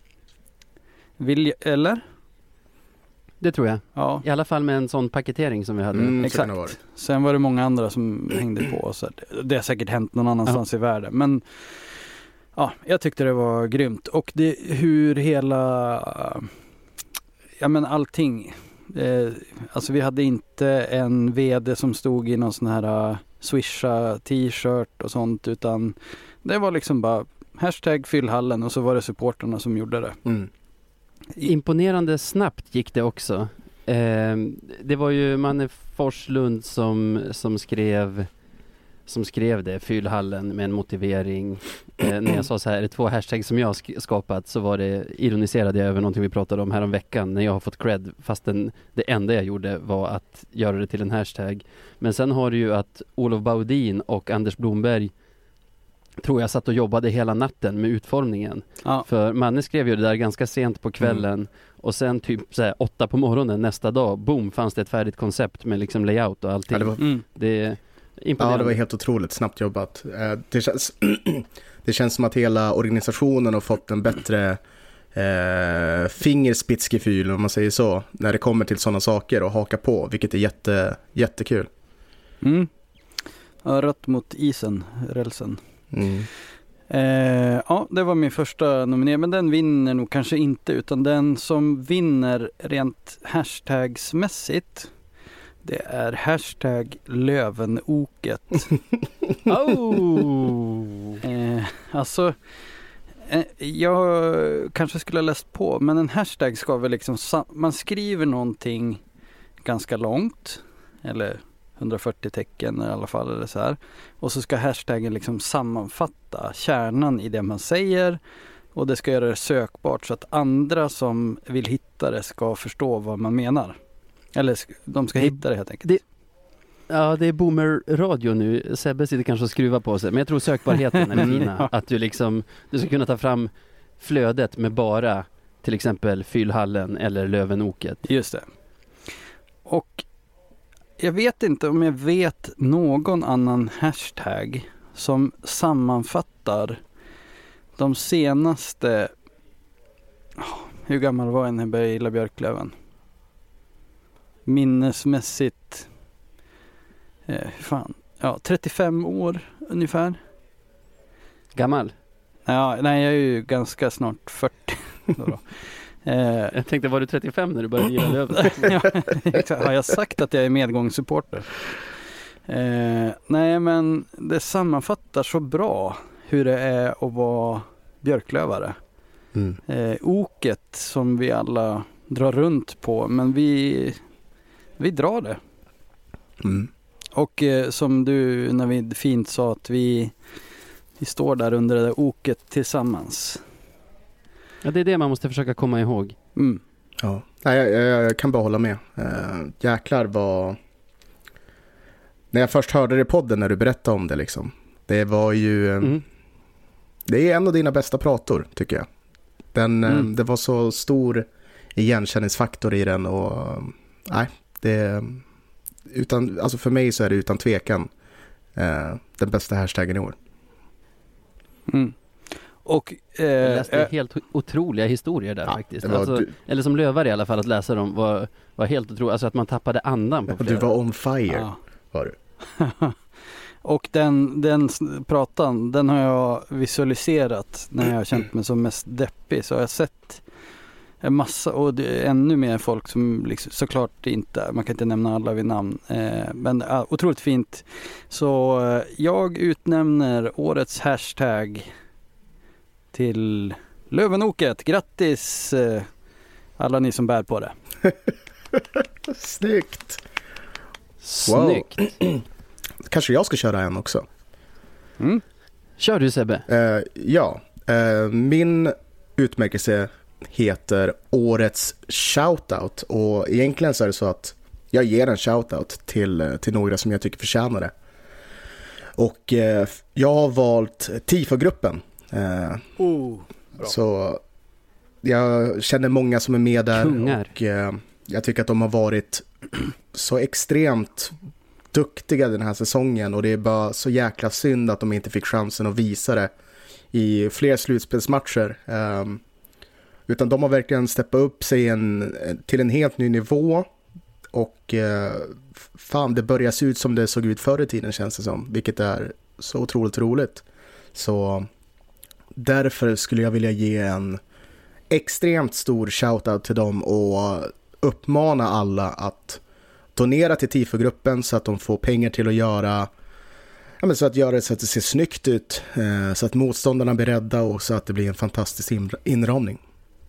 Eller? Det tror jag. Ja. I alla fall med en sån paketering som vi hade. Exakt. Sen var det många andra som hängde på. Så det har säkert hänt någon annanstans i världen. Men ja, jag tyckte det var grymt. Och det, hur hela... Ja men allting. Alltså vi hade inte en vd som stod i någon sån här swisha t-shirt och sånt. Utan det var liksom bara hashtag fyllhallen och så var det supporterna som gjorde det. Mm. Imponerande snabbt gick det också. Det var ju Manne Forslund som skrev det, fyllhallen, med en motivering. När jag sa så här, är det 2 hashtags som jag har skapat, så var det, ironiserade jag över någonting vi pratade om här om veckan när jag har fått cred, fastän det enda jag gjorde var att göra det till en hashtag. Men sen har du ju att Olof Baudin och Anders Blomberg, tror jag, satt och jobbade hela natten med utformningen. Ja. För Manne skrev ju det där ganska sent på kvällen och sen typ så här 8 på morgonen nästa dag, boom, fanns det ett färdigt koncept med liksom layout och allting. Ja, det det var helt otroligt snabbt jobbat. Det känns som att hela organisationen har fått en bättre fingerspitzgefühl, om man säger så, när det kommer till sådana saker och haka på, vilket är jättekul. Rött mot isen, rälsen. Ja, det var min första nominering, men den vinner nog kanske inte, utan den som vinner rent hashtagsmässigt, det är hashtag Lövenoket. Alltså, jag kanske skulle ha läst på, men en hashtag ska väl liksom, man skriver någonting ganska långt, eller 140 tecken i alla fall, eller så här. Och så ska hashtaggen liksom sammanfatta kärnan i det man säger, och det ska göra det sökbart så att andra som vill hitta det ska förstå vad man menar. Eller de ska hitta det helt enkelt. Det är boomer-radio nu. Sebbe sitter kanske och skruvar på sig. Men jag tror sökbarheten är fina. Att du ska kunna ta fram flödet med bara till exempel fyllhallen eller Lövenoket. Just det. Och jag vet inte om jag vet någon annan hashtag som sammanfattar de senaste... hur gammal var jag när jag började gilla Björklöven? Minnesmässigt 35 år ungefär. Gammal? Ja, nej, jag är ju ganska snart 40 då. Jag tänkte, var du 35 när du började gilla Löven? Ja, har jag sagt att jag är medgångssupporter? Nej, men det sammanfattar så bra hur det är att vara björklövare. Oket som vi alla drar runt på, men vi drar det. Och som du när vi fint sa att vi står där under det där oket tillsammans. Ja, det är det man måste försöka komma ihåg. Ja, jag kan bara hålla med. Jäklar vad... När jag först hörde det i podden när du berättade om det liksom. Det var ju... Det är en av dina bästa prator, tycker jag. Det var så stor igenkänningsfaktor i den och... Nej, det... alltså för mig så är det utan tvekan den bästa hashtaggen i år. Och, jag läste helt otroliga historier där faktiskt. Eller som lövare i alla fall, att läsa dem var helt otroligt. Alltså att man tappade andan på flera. Du var on fire, var du. Och den pratan, den har jag visualiserat när jag har känt mig som mest deppig. Så jag har sett en massa, och det är ännu mer folk som liksom, såklart inte, man kan inte nämna alla vid namn, men otroligt fint. Så jag utnämner årets hashtag till Lövenoket. Grattis alla ni som bär på det. Snyggt. Snyggt. Wow. Kanske jag ska köra en också. Kör du, Sebbe? Min utmärkelse heter Årets Shoutout, och egentligen så är det så att jag ger en shoutout till några som jag tycker förtjänar det. Och jag har valt TIFO-gruppen. Så jag känner många som är med där. Kungar. Och jag tycker att de har varit så extremt duktiga den här säsongen, och det är bara så jäkla synd att de inte fick chansen att visa det i fler slutspelsmatcher. Utan de har verkligen steppat upp sig till en helt ny nivå, och fan, det börjar se ut som det såg ut förr i tiden, känns det som, vilket är så otroligt roligt. Så därför skulle jag vilja ge en extremt stor shoutout till dem och uppmana alla att donera till TIFO-gruppen så att de får pengar till att göra det så att det ser snyggt ut, så att motståndarna blir rädda och så att det blir en fantastisk inramning.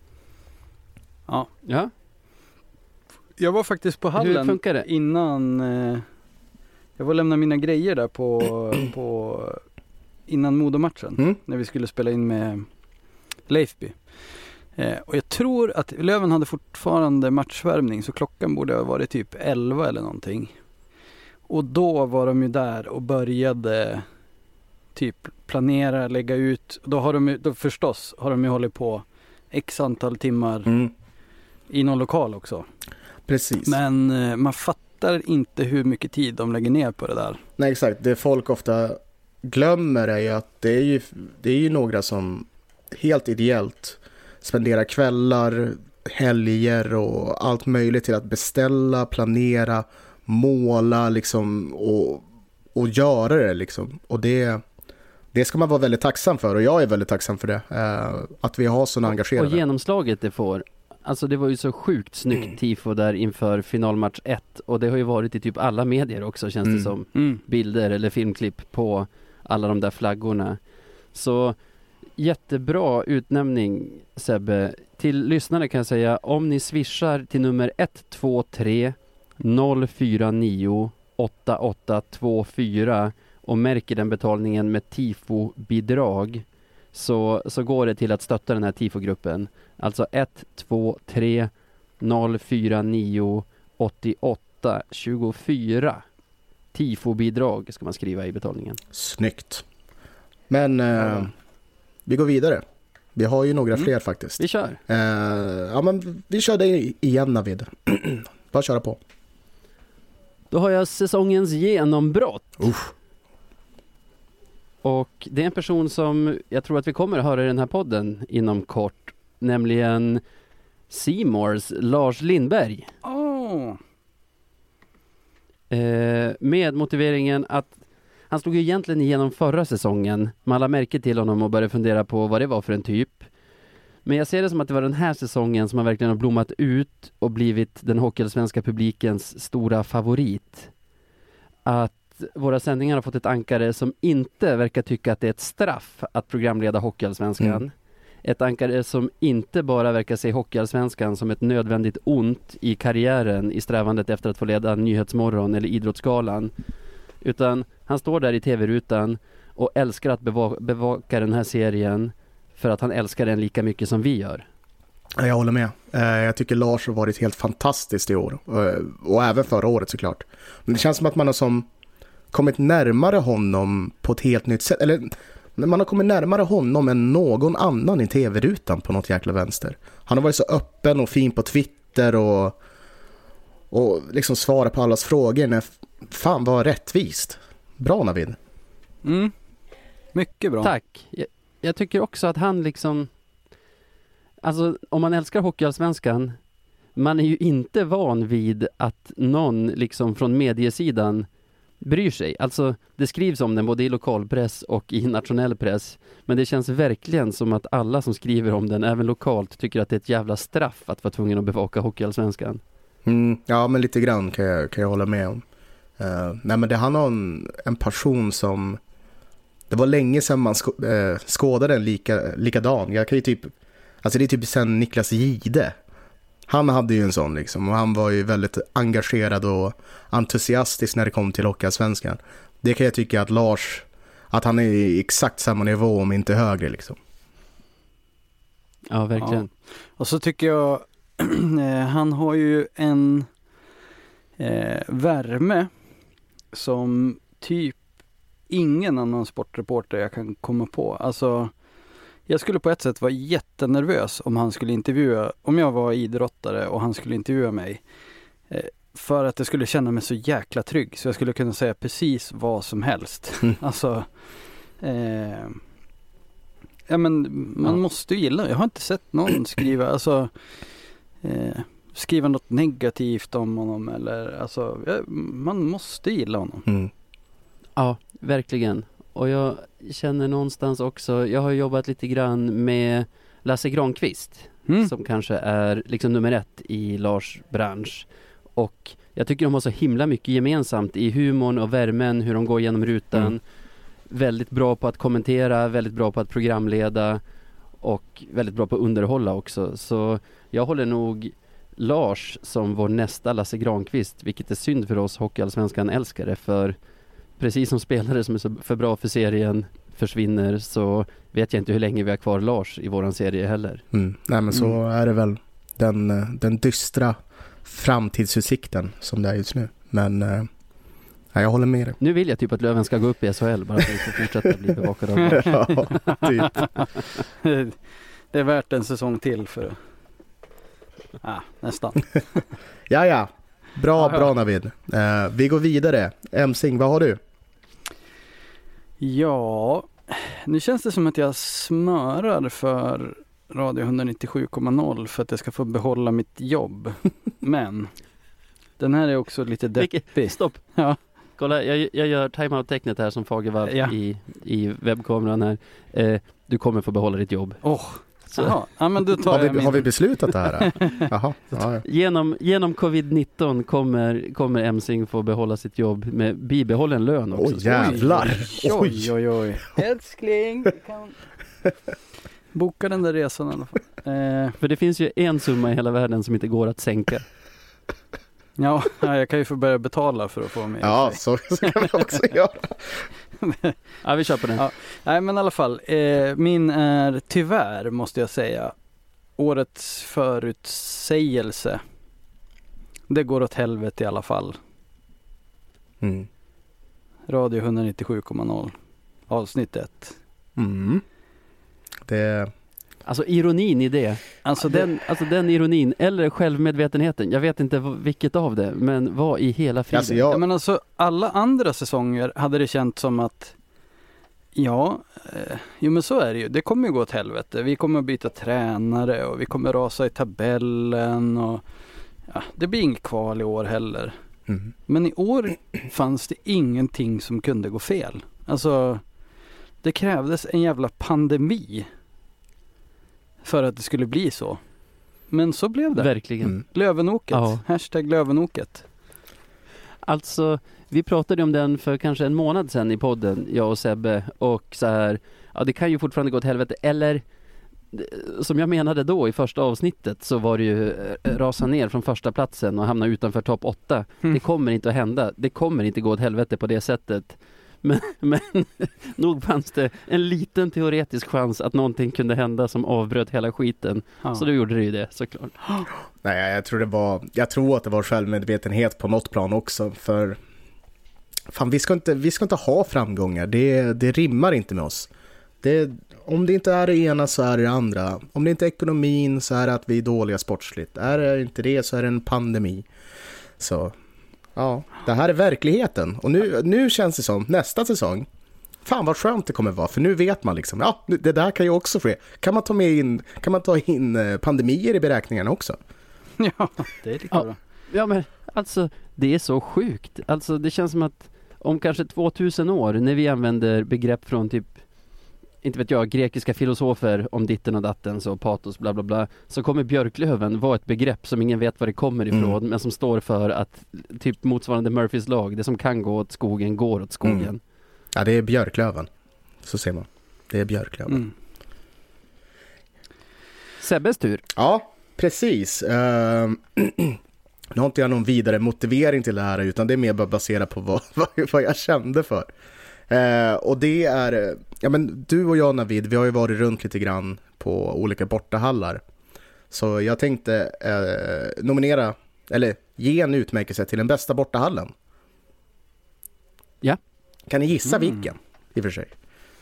Ja. Jag var faktiskt på hallen. Hur funkar det? Innan jag var lämna mina grejer där på innan Modo-matchen när vi skulle spela in med Leifby. Och jag tror att Löven hade fortfarande matchvärmning, så klockan borde ha varit typ 11 eller någonting. Och då var de ju där och började typ planera, lägga ut. Då förstås har de ju hållit på x antal timmar i någon lokal också. Precis. Men man fattar inte hur mycket tid de lägger ner på det där. Nej, exakt. Det folk ofta glömmer är ju att det är ju några som helt ideellt spenderar kvällar, helger och allt möjligt till att beställa, planera, måla liksom, och göra det liksom. Och det ska man vara väldigt tacksam för, och jag är väldigt tacksam för det, att vi har sådana engagerade. Och genomslaget det får. Alltså det var ju så sjukt snyggt tifo där inför finalmatch 1, och det har ju varit i typ alla medier också, känns det som. Bilder eller filmklipp på alla de där flaggorna. Så jättebra utnämning, Sebbe. Till lyssnare kan jag säga, om ni swishar till nummer 123 049 8824 och märker den betalningen med tifo-bidrag, så går det till att stötta den här tifo-gruppen. Alltså 123 049 8824. Tifo-bidrag ska man skriva i betalningen. Snyggt. Men vi går vidare. Vi har ju några fler faktiskt. Vi kör. Men vi kör det igen, Navid. Bara köra på. Då har jag säsongens genombrott. Och det är en person som jag tror att vi kommer att höra i den här podden inom kort. Nämligen C-Mores Lars Lindberg. Med motiveringen att han slog ju egentligen igenom förra säsongen. Man lade märke till honom och började fundera på vad det var för en typ. Men jag ser det som att det var den här säsongen som har verkligen har blommat ut och blivit den hockeyallsvenska publikens stora favorit. Att våra sändningar har fått ett ankare som inte verkar tycka att det är ett straff att programleda hockeyallsvenskan. Ett ankare som inte bara verkar se hockeyallsvenskan som ett nödvändigt ont i karriären i strävandet efter att få leda Nyhetsmorgon eller Idrottsgalan. Utan han står där i tv-rutan och älskar att bevaka den här serien för att han älskar den lika mycket som vi gör. Jag håller med. Jag tycker Lars har varit helt fantastiskt i år. Och även förra året såklart. Men det känns som att man har kommit närmare honom på ett helt nytt sätt. Eller man har kommit närmare honom än någon annan i tv-rutan på något jäkla vänster. Han har varit så öppen och fin på Twitter och liksom svara på allas frågor. Fan vad rättvist. Bra, Navid. Mycket bra. Tack. Jag tycker också att han liksom... Alltså, om man älskar hockeyallsvenskan, man är ju inte van vid att någon liksom från mediesidan bryr sig. Alltså, det skrivs om den både i lokalpress och i nationell press. Men det känns verkligen som att alla som skriver om den, även lokalt, tycker att det är ett jävla straff att vara tvungen att bevaka hockeyallsvenskan. Ja, men lite grann kan jag hålla med om. Nej, men det handlar om en person som... Det var länge sedan man skådade en likadan. Jag kan ju typ... Alltså det är typ sen Niklas Gide. Han hade ju en sån liksom. Och han var ju väldigt engagerad och entusiastisk när det kom till hockeyallsvenskan. Det kan jag tycka att Lars... Att han är i exakt samma nivå, om inte högre liksom. Ja, verkligen. Ja. Och så tycker jag... han har ju en värme som typ ingen annan sportreporter jag kan komma på. Alltså, jag skulle på ett sätt vara jättenervös om jag var idrottare och han skulle intervjua mig. För att jag skulle känna mig så jäkla trygg. Så jag skulle kunna säga precis vad som helst. Alltså, ja men man måste ju gilla. Jag har inte sett någon skriva något negativt om honom. Eller, alltså, man måste gilla honom. Ja, verkligen. Och jag känner någonstans också, jag har jobbat lite grann med Lasse Granqvist som kanske är liksom nummer 1 i Lars bransch. Och jag tycker de har så himla mycket gemensamt i humorn och värmen, hur de går genom rutan. Väldigt bra på att kommentera, väldigt bra på att programleda och väldigt bra på att underhålla också. Så jag håller nog Lars som vår nästa Lasse Granqvist, vilket är synd för oss hockeyallsvenskan älskare, för precis som spelare som är så för bra för serien försvinner, så vet jag inte hur länge vi har kvar Lars i våran serie heller. Nej, men så är det väl den dystra framtidsutsikten som det är just nu. Men jag håller med dig. Nu vill jag typ att Löven ska gå upp i SHL bara för att fortsätta bli bevakad av Lars. Ja, typ. Det är värt en säsong till för nästan. Ja. Bra Navid. Vi går vidare. Emsing, vad har du? Ja, nu känns det som att jag smörar för Radio 197,0 för att jag ska få behålla mitt jobb. Men den här är också lite deppig. Stopp. Ja. Kolla, jag gör timeout-tecknet här som Fagervall i webbkameran här. Du kommer få behålla ditt jobb. Jaha, ja, men då tar har vi beslutat det här? Jaha. Ja. Genom covid-19 kommer Emsing få behålla sitt jobb med bibehållen lön också. Oj, jävlar! Oj. Älskling, kan boka den där resan i alla fall. För det finns ju en summa i hela världen som inte går att sänka. Ja, jag kan ju få börja betala för att få med. Ja, så kan vi också göra. Ja, vi kör på den. Ja. Nej, men i alla fall. Min är tyvärr, måste jag säga, årets förutsägelse. Det går åt helvete i alla fall. Radio 197,0. Avsnitt 1. Det... Alltså ironin i det. Alltså den ironin eller självmedvetenheten. Jag vet inte vilket av det, men vad i hela friden. Alltså, alla andra säsonger hade det känt som att jo men så är det ju. Det kommer ju gå åt helvete. Vi kommer att byta tränare och vi kommer rasa i tabellen och det blir inget kval i år heller. Men i år fanns det ingenting som kunde gå fel. Alltså, det krävdes en jävla pandemi för att det skulle bli så. Men så blev det. Verkligen. Lövenoket. Ja. #Lövenoket. Alltså, vi pratade om den för kanske en månad sedan i podden, jag och Sebbe. Och så här, ja, det kan ju fortfarande gå åt helvete. Eller, som jag menade då i första avsnittet, så var det ju rasa ner från första platsen och hamna utanför topp 8. Det kommer inte att hända. Det kommer inte gå åt helvete på det sättet. Men nog fanns det en liten teoretisk chans att någonting kunde hända som avbröt hela skiten. Ja. Så då gjorde det ju det, såklart. Nej, jag tror att det var självmedvetenhet på något plan också. För fan, vi ska inte ha framgångar. Det rimmar inte med oss. Om det inte är det ena så är det andra. Om det inte är ekonomin så är det att vi är dåliga sportsligt. Är det inte det så är det en pandemi. Så ja, det här är verkligheten. Och nu känns det som nästa säsong. Fan vad skönt det kommer vara. För nu vet man liksom, ja, det där kan ju också ske. Kan man ta in pandemier i beräkningarna också? Ja, det är lika bra. Ja, men alltså, det är så sjukt. Alltså, det känns som att om kanske 2000 år, när vi använder begrepp från typ, inte vet jag, grekiska filosofer om ditten och datten, så patos, bla bla bla, så kommer björklöven vara ett begrepp som ingen vet var det kommer ifrån, men som står för att typ motsvarande Murphys lag, det som kan gå åt skogen går åt skogen. Ja, det är björklöven. Så ser man. Det är björklöven. Sebbes tur. Ja, precis. Nu har inte jag någon vidare motivering till det här, utan det är mer bara baserat på vad jag kände för. Och det är, ja men du och jag, Navid, vi har ju varit runt lite grann på olika bortahallar. Så jag tänkte nominera, eller ge en utmärkelse till den bästa bortahallen. Ja. Kan ni gissa vilken, i och för sig?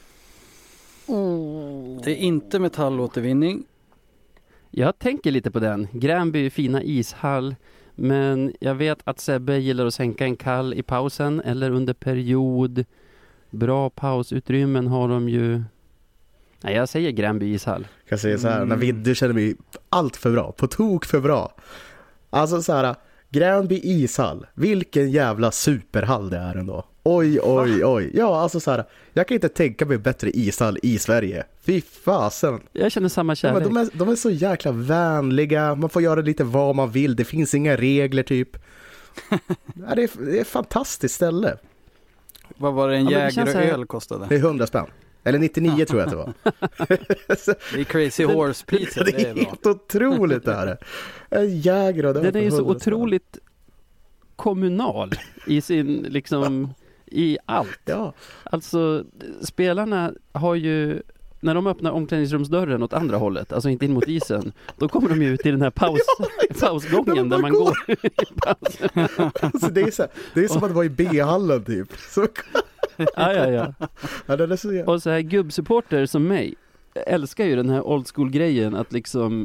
Det är inte metallåtervinning. Jag tänker lite på den. Gränby fina ishall. Men jag vet att Sebbe gillar att sänka en kall i pausen eller under period. Bra pausutrymmen har de ju. Nej, jag säger Gränby ishall. Jag säger så här, Navid, du känner mig allt för bra. På tok för bra. Alltså så här, Gränby ishall. Vilken jävla superhall det är ändå. Oj. Ja, alltså så här, jag kan inte tänka mig bättre ishall i Sverige. Fy fasen. Jag känner samma kärlek. Ja, de är så jäkla vänliga. Man får göra lite vad man vill. Det finns inga regler typ. Ja, det är ett fantastiskt ställe. Vad var det en jäger och öl kostade? Det är 100 spänn. Eller 99 tror jag att det var. Det är Crazy Horse Pizza. Det är helt otroligt det här. En jäger och öl. Den är ju så otroligt kommunal i sin liksom i allt. Ja. Alltså spelarna har ju, när de öppnar omklädningsrumsdörren åt andra hållet, alltså inte in mot isen, då kommer de ju ut i den här pausgången där man går i pausen. Alltså det är som att vara i B-hallen typ. Så... Ja. Ja, det är så och så här gubbsupporter som mig älskar ju den här old school-grejen att liksom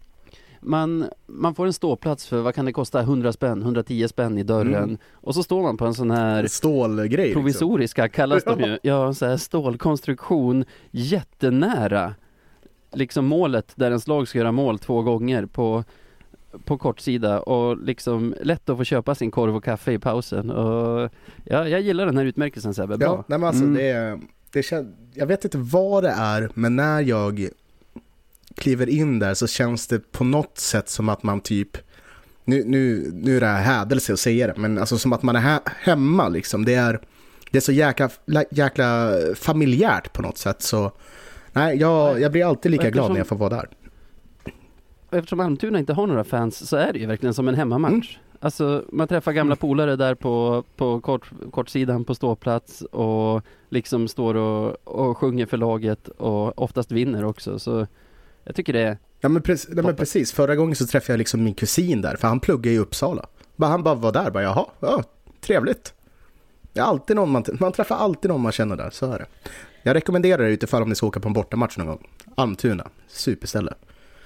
man får en ståplats för, vad kan det kosta, 100 spänn, 110 spänn i dörren. Och så står man på en sån här stålgrej provisoriska liksom. Kallas de ju. Ja, så här stålkonstruktion jättenära liksom målet där ens lag ska göra mål 2 gånger på kortsida, och liksom lätt att få köpa sin korv och kaffe i pausen. Och ja, jag gillar den här utmärkelsen, Sebbe. Bra. Ja, nej, men alltså jag vet inte vad det är, men när jag kliver in där så känns det på något sätt som att man typ nu är det här hädelse att säga det, men alltså som att man är hemma liksom. Det är så jäkla familjärt på något sätt, så nej, jag blir alltid lika glad när jag får vara där. Eftersom Almtuna inte har några fans så är det ju verkligen som en hemmamatch. Alltså man träffar gamla polare där på kortsidan på ståplats och liksom står och sjunger för laget och oftast vinner också, så jag tycker det är... Ja, men precis. Förra gången så träffade jag liksom min kusin där, för han pluggar i Uppsala. Han bara var där, jaha, trevligt. Det är alltid någon man träffar alltid någon man känner där, så är det. Jag rekommenderar det utifall om ni ska åka på en bortamatch någon gång. Almtuna, superställe.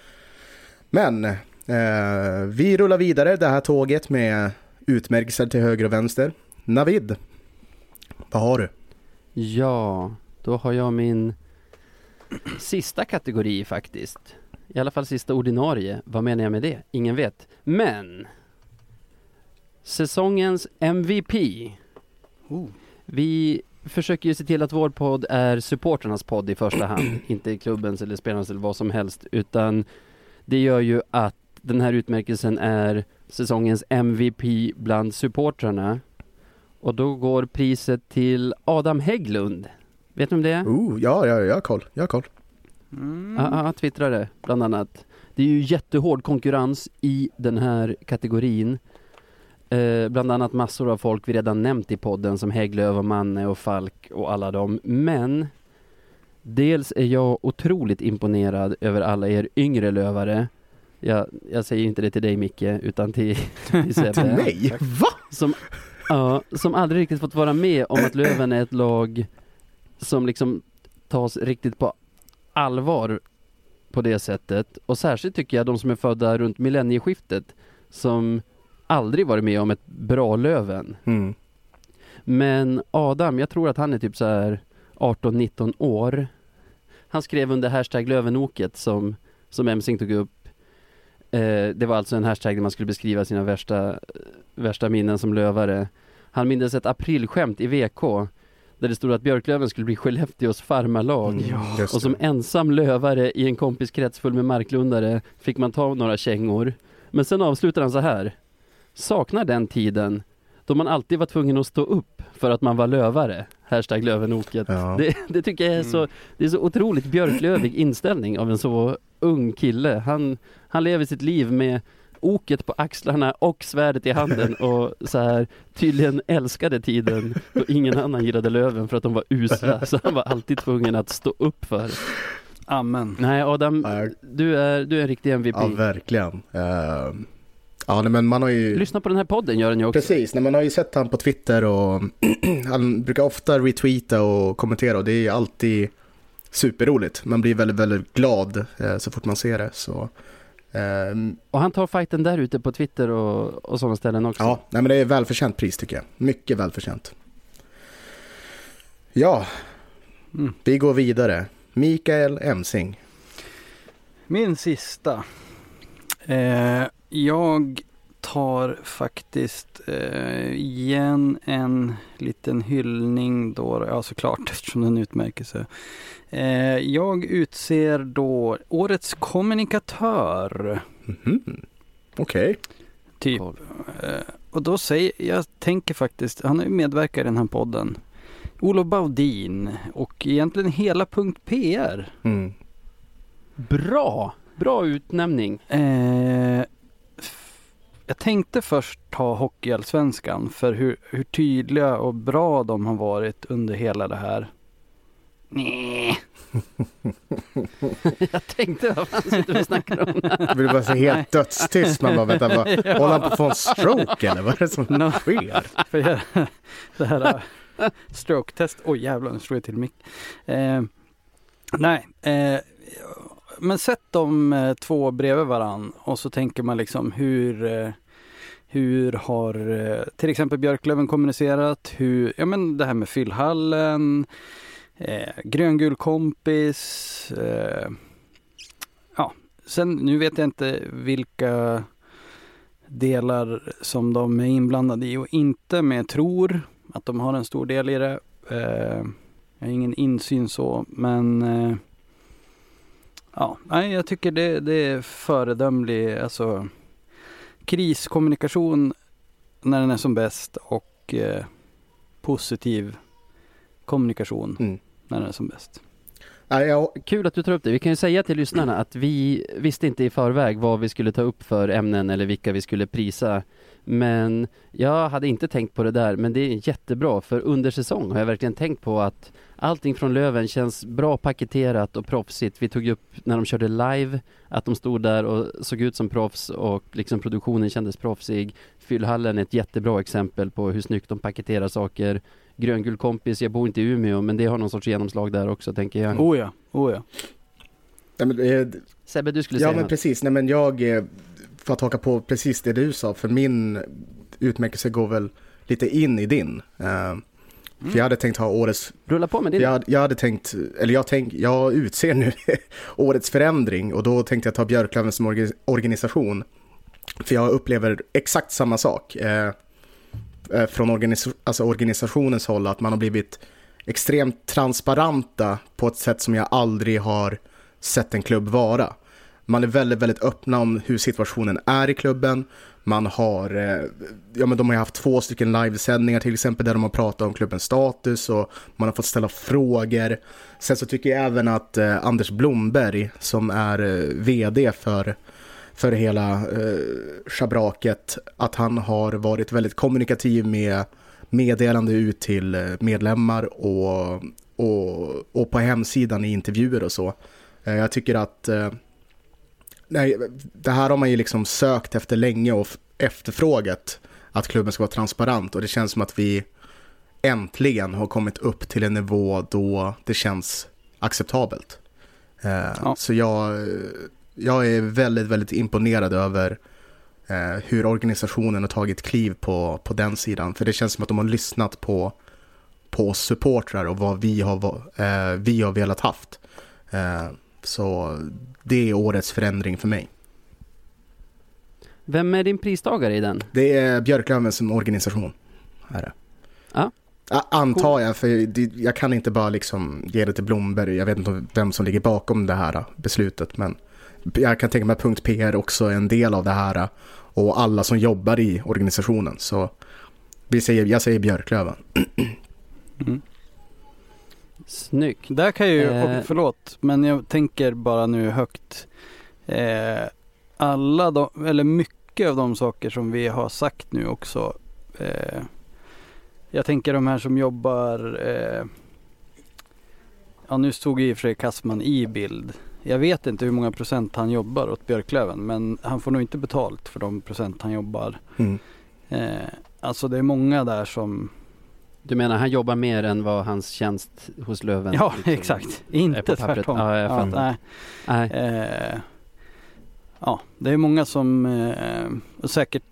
Men vi rullar vidare det här tåget med utmärkelser till höger och vänster. Navid, vad har du? Ja, då har jag min sista kategori faktiskt. I alla fall sista ordinarie. Vad menar jag med det? Ingen vet. Men säsongens MVP. Vi försöker ju se till att vår podd är supporternas podd i första hand. Inte klubbens eller spelarnas eller vad som helst. Utan det gör ju att den här utmärkelsen är säsongens MVP bland supportrarna. Och då går priset till Adam Hägglund. Vet du om det är? Jag har koll. Ja, twittrare bland annat. Det är ju jättehård konkurrens i den här kategorin. Bland annat massor av folk vi redan nämnt i podden som Hägglöf och Manne och Falk och alla dem. Men dels är jag otroligt imponerad över alla er yngre lövare. Jag säger inte det till dig Micke utan till Sebbe. Till mig? Va? Som aldrig riktigt fått vara med om att Löven är ett lag som liksom tas riktigt på allvar på det sättet. Och särskilt tycker jag de som är födda runt millennieskiftet som aldrig varit med om ett bra Löven. Men Adam, jag tror att han är typ så här 18-19 år. Han skrev under hashtag Lövenoket som Emsing tog upp. Det var alltså en hashtag där man skulle beskriva sina värsta minnen som lövare. Han minns ett aprilskämt i VK där det stod att Björklöven skulle bli Skellefteås farmarlag. Och som ensam lövare i en kompiskrets full med marklundare fick man ta några kängor. Men sen avslutar han så här: saknar den tiden då man alltid var tvungen att stå upp för att man var lövare. Hashtag Lövenoket. Ja. Det tycker jag är det är så otroligt björklövig inställning av en så ung kille. Han lever sitt liv med oket på axlarna och svärdet i handen och så här tydligen älskade tiden då ingen annan gillade Löven för att de var usla. Så han var alltid tvungen att stå upp för. Amen. Nej Adam, du är en riktig MVP. Ja, verkligen. Ja, men man har ju... Lyssna på den här podden gör den ju också. Precis, man har ju sett han på Twitter och han brukar ofta retweeta och kommentera och det är alltid superroligt. Man blir väldigt, väldigt glad så fort man ser det. Så, och han tar fighten där ute på Twitter och sådana ställen också. Ja, nej, men det är välförtjänt pris tycker jag. Mycket välförtjänt. Ja, vi går vidare. Mikael Emsing. Min sista. Jag tar faktiskt igen en liten hyllning då, ja såklart eftersom den utmärker sig. Jag utser då årets kommunikatör. Okej. Typ. Och då jag tänker faktiskt, han har ju medverkat i den här podden. Olof Baudin och egentligen hela .pr. Bra utnämning. Jag tänkte först ta Hockeyallsvenskan för hur tydliga och bra de har varit under hela det här. Nej. Jag tänkte vad fan sitter vi och snackar om. Det blir bara så helt dödstyst. Man bara vänta, håller han på att få en stroke eller vad är det som sker? För det här stroke-test. Oj jävlar, nu slår jag till mick. Men sätt de två bredvid varann och så tänker man liksom hur har till exempel Björklöven kommunicerat, det här med fyllhallen, gröngul kompis, sen nu vet jag inte vilka delar som de är inblandade i och inte, men jag tror att de har en stor del i det. Jag har ingen insyn så, men jag tycker det är föredömlig kriskommunikation när den är som bäst och positiv kommunikation när den är som bäst. Kul att du tar upp det. Vi kan ju säga till lyssnarna att vi visste inte i förväg vad vi skulle ta upp för ämnen eller vilka vi skulle prisa. Men jag hade inte tänkt på det där, men det är jättebra för under säsong har jag verkligen tänkt på att allting från Löven känns bra paketerat och proffsigt. Vi tog upp när de körde live att de stod där och såg ut som proffs och liksom produktionen kändes proffsig. Fyllhallen är ett jättebra exempel på hur snyggt de paketerar saker. Gröngul kompis, jag bor inte i Umeå men det har någon sorts genomslag där också tänker jag. Oh ja. Ja, men, Sebbe, du skulle säga men precis. Nej, men jag får att haka på precis det du sa för min utmärkelse går väl lite in i din. För jag hade tänkt ha årets... Rulla på med din. Jag hade tänkt, jag utser nu årets förändring och då tänkte jag ta Björklöven som organisation. För jag upplever exakt samma sak. från organisationens håll, att man har blivit extremt transparenta på ett sätt som jag aldrig har sett en klubb vara. Man är väldigt, väldigt öppna om hur situationen är i klubben. Man har, de har haft 2 stycken livesändningar till exempel där de har pratat om klubbens status och man har fått ställa frågor. Sen så tycker jag även att Anders Blomberg, som är vd för hela schabraket, att han har varit väldigt kommunikativ med meddelande ut till medlemmar och på hemsidan i intervjuer och så. Jag tycker att det här har man ju liksom sökt efter länge och efterfrågat, att klubben ska vara transparent, och det känns som att vi äntligen har kommit upp till en nivå då det känns acceptabelt. Så jag är väldigt, väldigt imponerad över hur organisationen har tagit kliv på den sidan. För det känns som att de har lyssnat på oss supportrar och vad vi har velat haft. Så det är årets förändring för mig. Vem är din pristagare i den? Det är Björklöven som organisation. Här. Ja. Antar jag, för jag kan inte bara liksom ge det till Blomberg. Jag vet inte vem som ligger bakom det här beslutet, men jag kan tänka mig att .pr också är en del av det här och alla som jobbar i organisationen. Så jag säger Björklöven. Mm. Snyggt. Där kan ju, förlåt, men jag tänker bara nu högt. Eller mycket av de saker som vi har sagt nu också. Jag tänker de här som jobbar. Nu stod ju i Fredrik Kassman i bild. Jag vet inte hur många procent han jobbar åt Björklöven, men han får nog inte betalt för de procent han jobbar. Mm. Alltså det är många där som... Du menar han jobbar mer än vad hans tjänst hos Löven? Ja, liksom, exakt. Inte tvärtom. Ja, jag fattar. Nej. Det är många som säkert,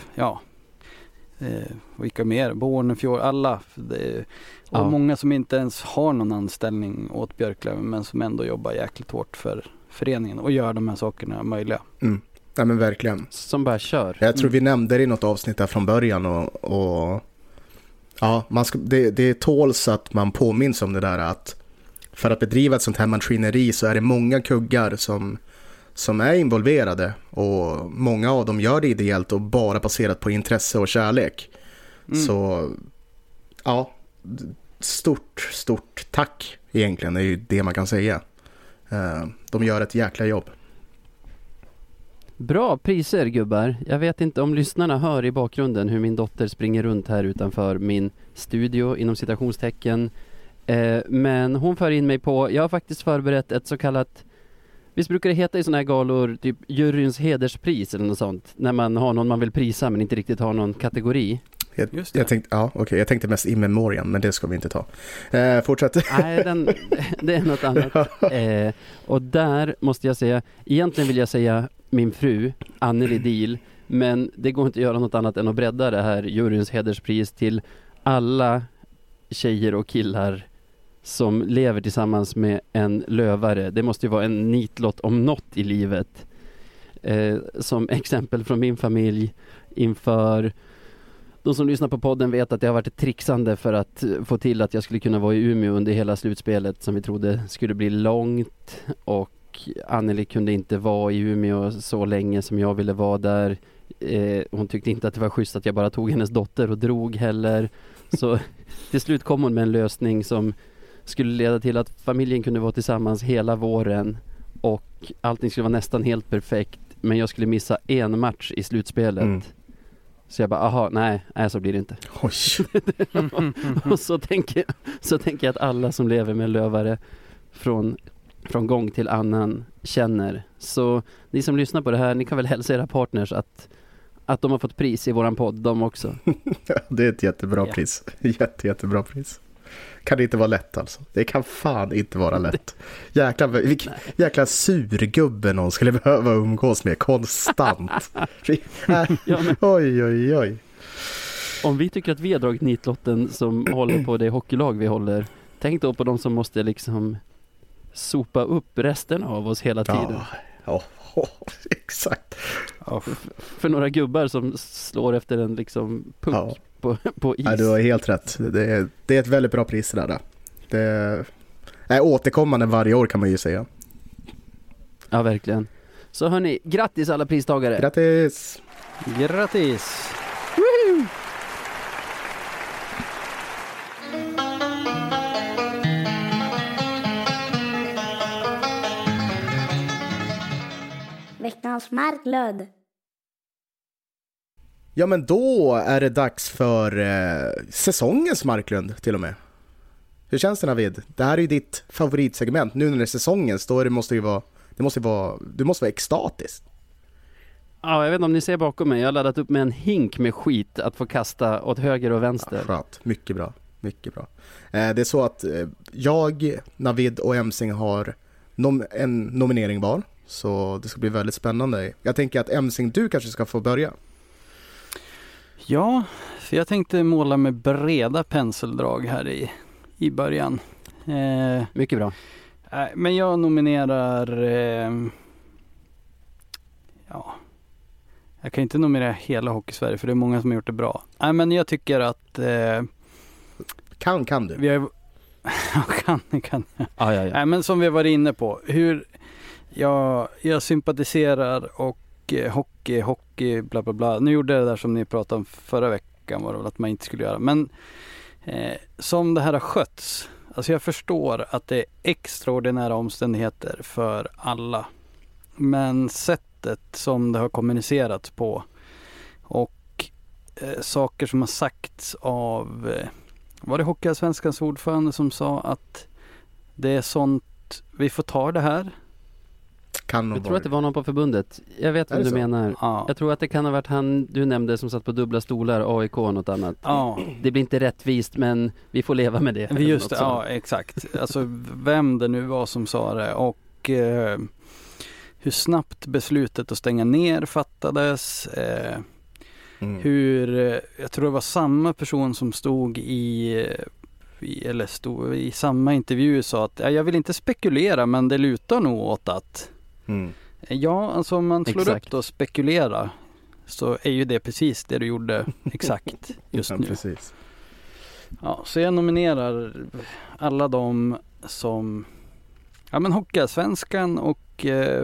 vilka mer? Bornefjord, alla. Och många som inte ens har någon anställning åt Björklöven, men som ändå jobbar jäkligt hårt för föreningen och gör de här sakerna möjliga. Mm. Ja, men verkligen. Som bara kör. Jag tror vi nämnde det i något avsnitt där från början och ja, det tåls att man påminns om det där, att för att bedriva ett sånt här maskineri så är det många kuggar som är involverade, och många av dem gör det ideellt och bara baserat på intresse och kärlek. Så ja, stort tack egentligen är ju det man kan säga. De gör ett jäkla jobb. Bra priser, gubbar. Jag vet inte om lyssnarna hör i bakgrunden hur min dotter springer runt här utanför min studio inom citationstecken. Men hon för in mig på, jag har faktiskt förberett ett så kallat, visst brukar det heta i såna här galor typ juryns hederspris eller något sånt, när man har någon man vill prisa men inte riktigt har någon kategori. Jag tänkte mest in memoriam, men det ska vi inte ta. Fortsätt. Nej, det är något annat. Och där måste jag säga, egentligen vill jag säga min fru, Anneli Deal, men det går inte att göra något annat än att bredda det här juryns hederspris till alla tjejer och killar som lever tillsammans med en lövare. Det måste ju vara en nitlott om något i livet. Som exempel från min familj, inför de som lyssnar på podden vet att det har varit ett trixande för att få till att jag skulle kunna vara i Umeå under hela slutspelet som vi trodde skulle bli långt, och Anneli kunde inte vara i Umeå så länge som jag ville vara där. Hon tyckte inte att det var schysst att jag bara tog hennes dotter och drog heller. Så till slut kom hon med en lösning som skulle leda till att familjen kunde vara tillsammans hela våren och allting skulle vara nästan helt perfekt, men jag skulle missa en match i slutspelet. Så jag bara, nej, så blir det inte. Oj. Och så tänker jag att alla som lever med lövare från gång till annan känner. Så ni som lyssnar på det här, ni kan väl hälsa era partners att de har fått pris i våran podd, de också. Det är ett jättebra pris. Jättebra pris. Kan det inte vara lätt alltså? Det kan fan inte vara lätt. Jäkla surgubbe någon skulle behöva umgås med konstant. Oj. Om vi tycker att vi har dragit nitlotten som håller på det hockeylag vi håller, tänk då på de som måste liksom sopa upp resten av oss hela tiden. Ja, exakt. för några gubbar som slår efter en liksom puck på is. Ja, du har helt rätt. Det är ett väldigt bra pris där. Det är återkommande varje år kan man ju säga. Ja, verkligen. Så hörni, grattis alla pristagare. Grattis! Grattis! Woohoo! Veckans Marklund. Ja, men då är det dags för säsongens Marklund till och med. Hur känns det, Navid? Det här är ju ditt favoritsegment. Nu när det är säsongens, då du måste vara extatisk. Ja, jag vet inte om ni ser bakom mig. Jag har laddat upp med en hink med skit att få kasta åt höger och vänster. Ja, skönt. Mycket bra. Mycket bra. Det är så att jag, Navid och Emsing har en nominering var. Så det ska bli väldigt spännande. Jag tänker att Emsing, du kanske ska få börja. Ja, för jag tänkte måla med breda penseldrag här i början. Mycket bra. Men jag nominerar... jag kan inte nominera hela Hockeysverige för det är många som har gjort det bra. Men jag tycker att... Kan du? Vi har, kan. Ja. Men som vi har varit inne på. Hur jag sympatiserar och hockey, bla bla bla. Nu gjorde jag det där som ni pratade om förra veckan var det väl att man inte skulle göra. Men som det här har skötts. Alltså jag förstår att det är extraordinära omständigheter för alla. Men sättet som det har kommunicerats på och saker som har sagts av var det Hockeyallsvenskans ordförande som sa att det är sånt, vi får ta det här. Jag tror att det var någon på förbundet. Jag vet vad du menar. Ja. Jag tror att det kan ha varit han du nämnde som satt på dubbla stolar, AIK och något annat. Ja. Det blir inte rättvist, men vi får leva med det. Just det, ja exakt. Alltså vem det nu var som sa det och hur snabbt beslutet att stänga ner fattades. Hur, jag tror det var samma person som stod i samma intervju sa att jag vill inte spekulera men det lutar nog åt att ja, alltså om man slår upp och spekulera så är ju det precis det du gjorde exakt just nu. Precis. Ja, så jag nominerar alla de som Hockeyallsvenskan och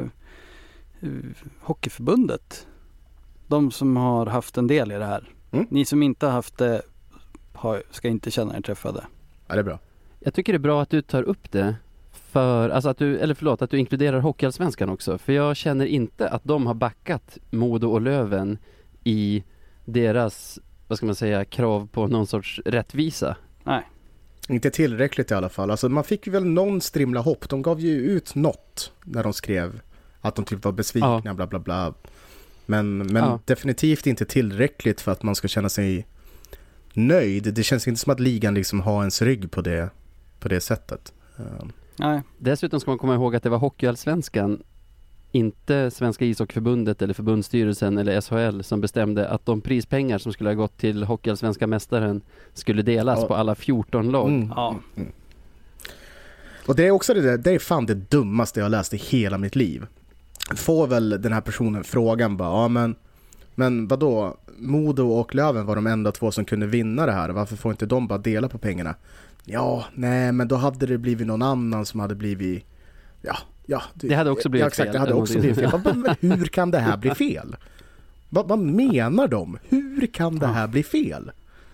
Hockeyförbundet. De som har haft en del i det här. Ni som inte har haft det ska inte känna er träffade. Ja, det är bra. Jag tycker det är bra att du tar upp det för, alltså att du inkluderar Hockeyallsvenskan också. För jag känner inte att de har backat Modo och Löven i deras, vad ska man säga, krav på någon sorts rättvisa. Nej. Inte tillräckligt i alla fall. Alltså man fick väl någon strimla hopp. De gav ju ut något när de skrev att de typ var besvikna, bla bla bla. Men definitivt inte tillräckligt för att man ska känna sig nöjd. Det känns inte som att ligan liksom har ens rygg på det sättet. Nej. Dessutom ska man komma ihåg att det var Hockeyallsvenskan, inte Svenska ishockeyförbundet eller förbundsstyrelsen eller SHL som bestämde att de prispengar som skulle ha gått till Hockeyallsvenska mästaren skulle delas på alla 14 lag. Och det är också det är fan det dummaste jag har läst i hela mitt liv. Får väl den här personen frågan bara, men vadå? Modo och Löven var de enda två som kunde vinna det här. Varför får inte de bara dela på pengarna? Ja, nej, men då hade det blivit någon annan som hade blivit... det hade också blivit fel. Det hade också blivit fel. Men hur kan det här bli fel? Vad menar de? Hur kan det här bli fel?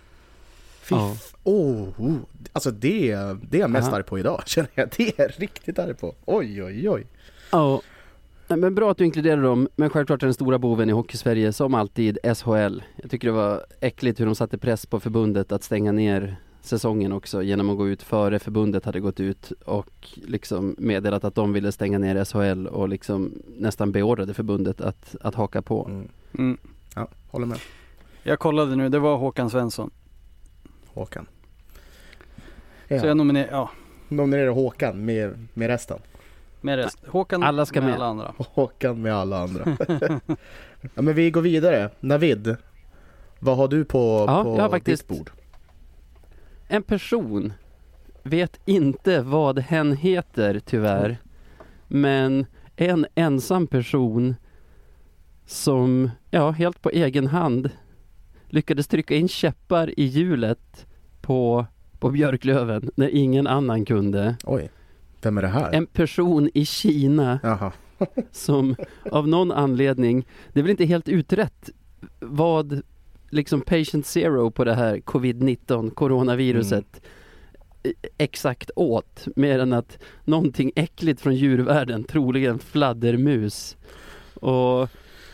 Alltså det är jag mest arg på idag, känner jag. Det är riktigt arg på. Oj. Ja. Men bra att du inkluderar dem, men självklart är den stora boven i Hockeysverige som alltid SHL. Jag tycker det var äckligt hur de satte press på förbundet att stänga ner säsongen också genom att gå ut före förbundet hade gått ut och liksom meddelat att de ville stänga ner SHL och liksom nästan beordrade förbundet att haka på. Ja, håller med. Jag kollade nu, det var Håkan Svensson. Håkan. Så jag nominerar Håkan med resten. Håkan alla ska med alla andra. Håkan med alla andra. Ja, men vi går vidare. Navid, vad har du på ditt bord? En person, vet inte vad hen heter tyvärr, men en ensam person som helt på egen hand lyckades trycka in käppar i hjulet på Björklöven när ingen annan kunde. Oj, vem är det här? En person i Kina. Jaha. Som av någon anledning, det är väl inte helt utrett vad liksom patient zero på det här covid-19 coronaviruset exakt åt, mer än att någonting äckligt från djurvärlden, troligen fladdermus. Och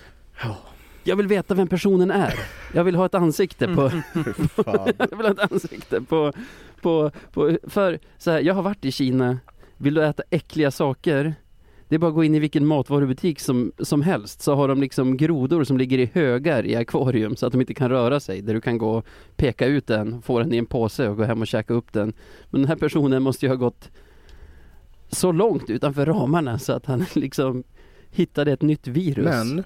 jag vill veta vem personen är. Jag vill ha ett ansikte på jag vill ha ett ansikte på för så här, jag har varit i Kina. Vill du äta äckliga saker? Det är bara att gå in i vilken matvarubutik som helst, så har de liksom grodor som ligger i högar i akvarium så att de inte kan röra sig, där du kan gå och peka ut den, få den i en påse och gå hem och käka upp den. Men den här personen måste ju ha gått så långt utanför ramarna så att han liksom hittade ett nytt virus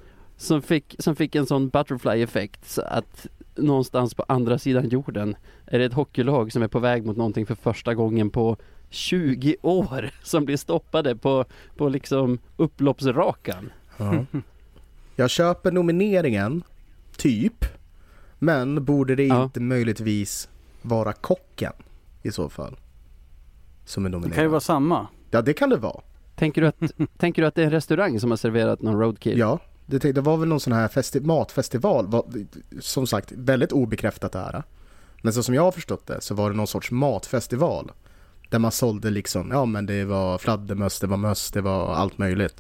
som fick en sån butterfly-effekt, så att någonstans på andra sidan jorden är det ett hockeylag som är på väg mot någonting för första gången på 20 år som blir stoppade på liksom upploppsrakan. Ja. Jag köper nomineringen typ, men borde det inte möjligtvis vara kocken i så fall som är nominerad? Det kan ju vara samma. Ja, det kan det vara. Tänker du att det är en restaurang som har serverat någon roadkill? Ja, det var väl någon sån här matfestival, som sagt väldigt obekräftat det här. Men så som jag har förstått det så var det någon sorts matfestival där man sålde liksom, men det var fladdermöss, det var möss, det var allt möjligt.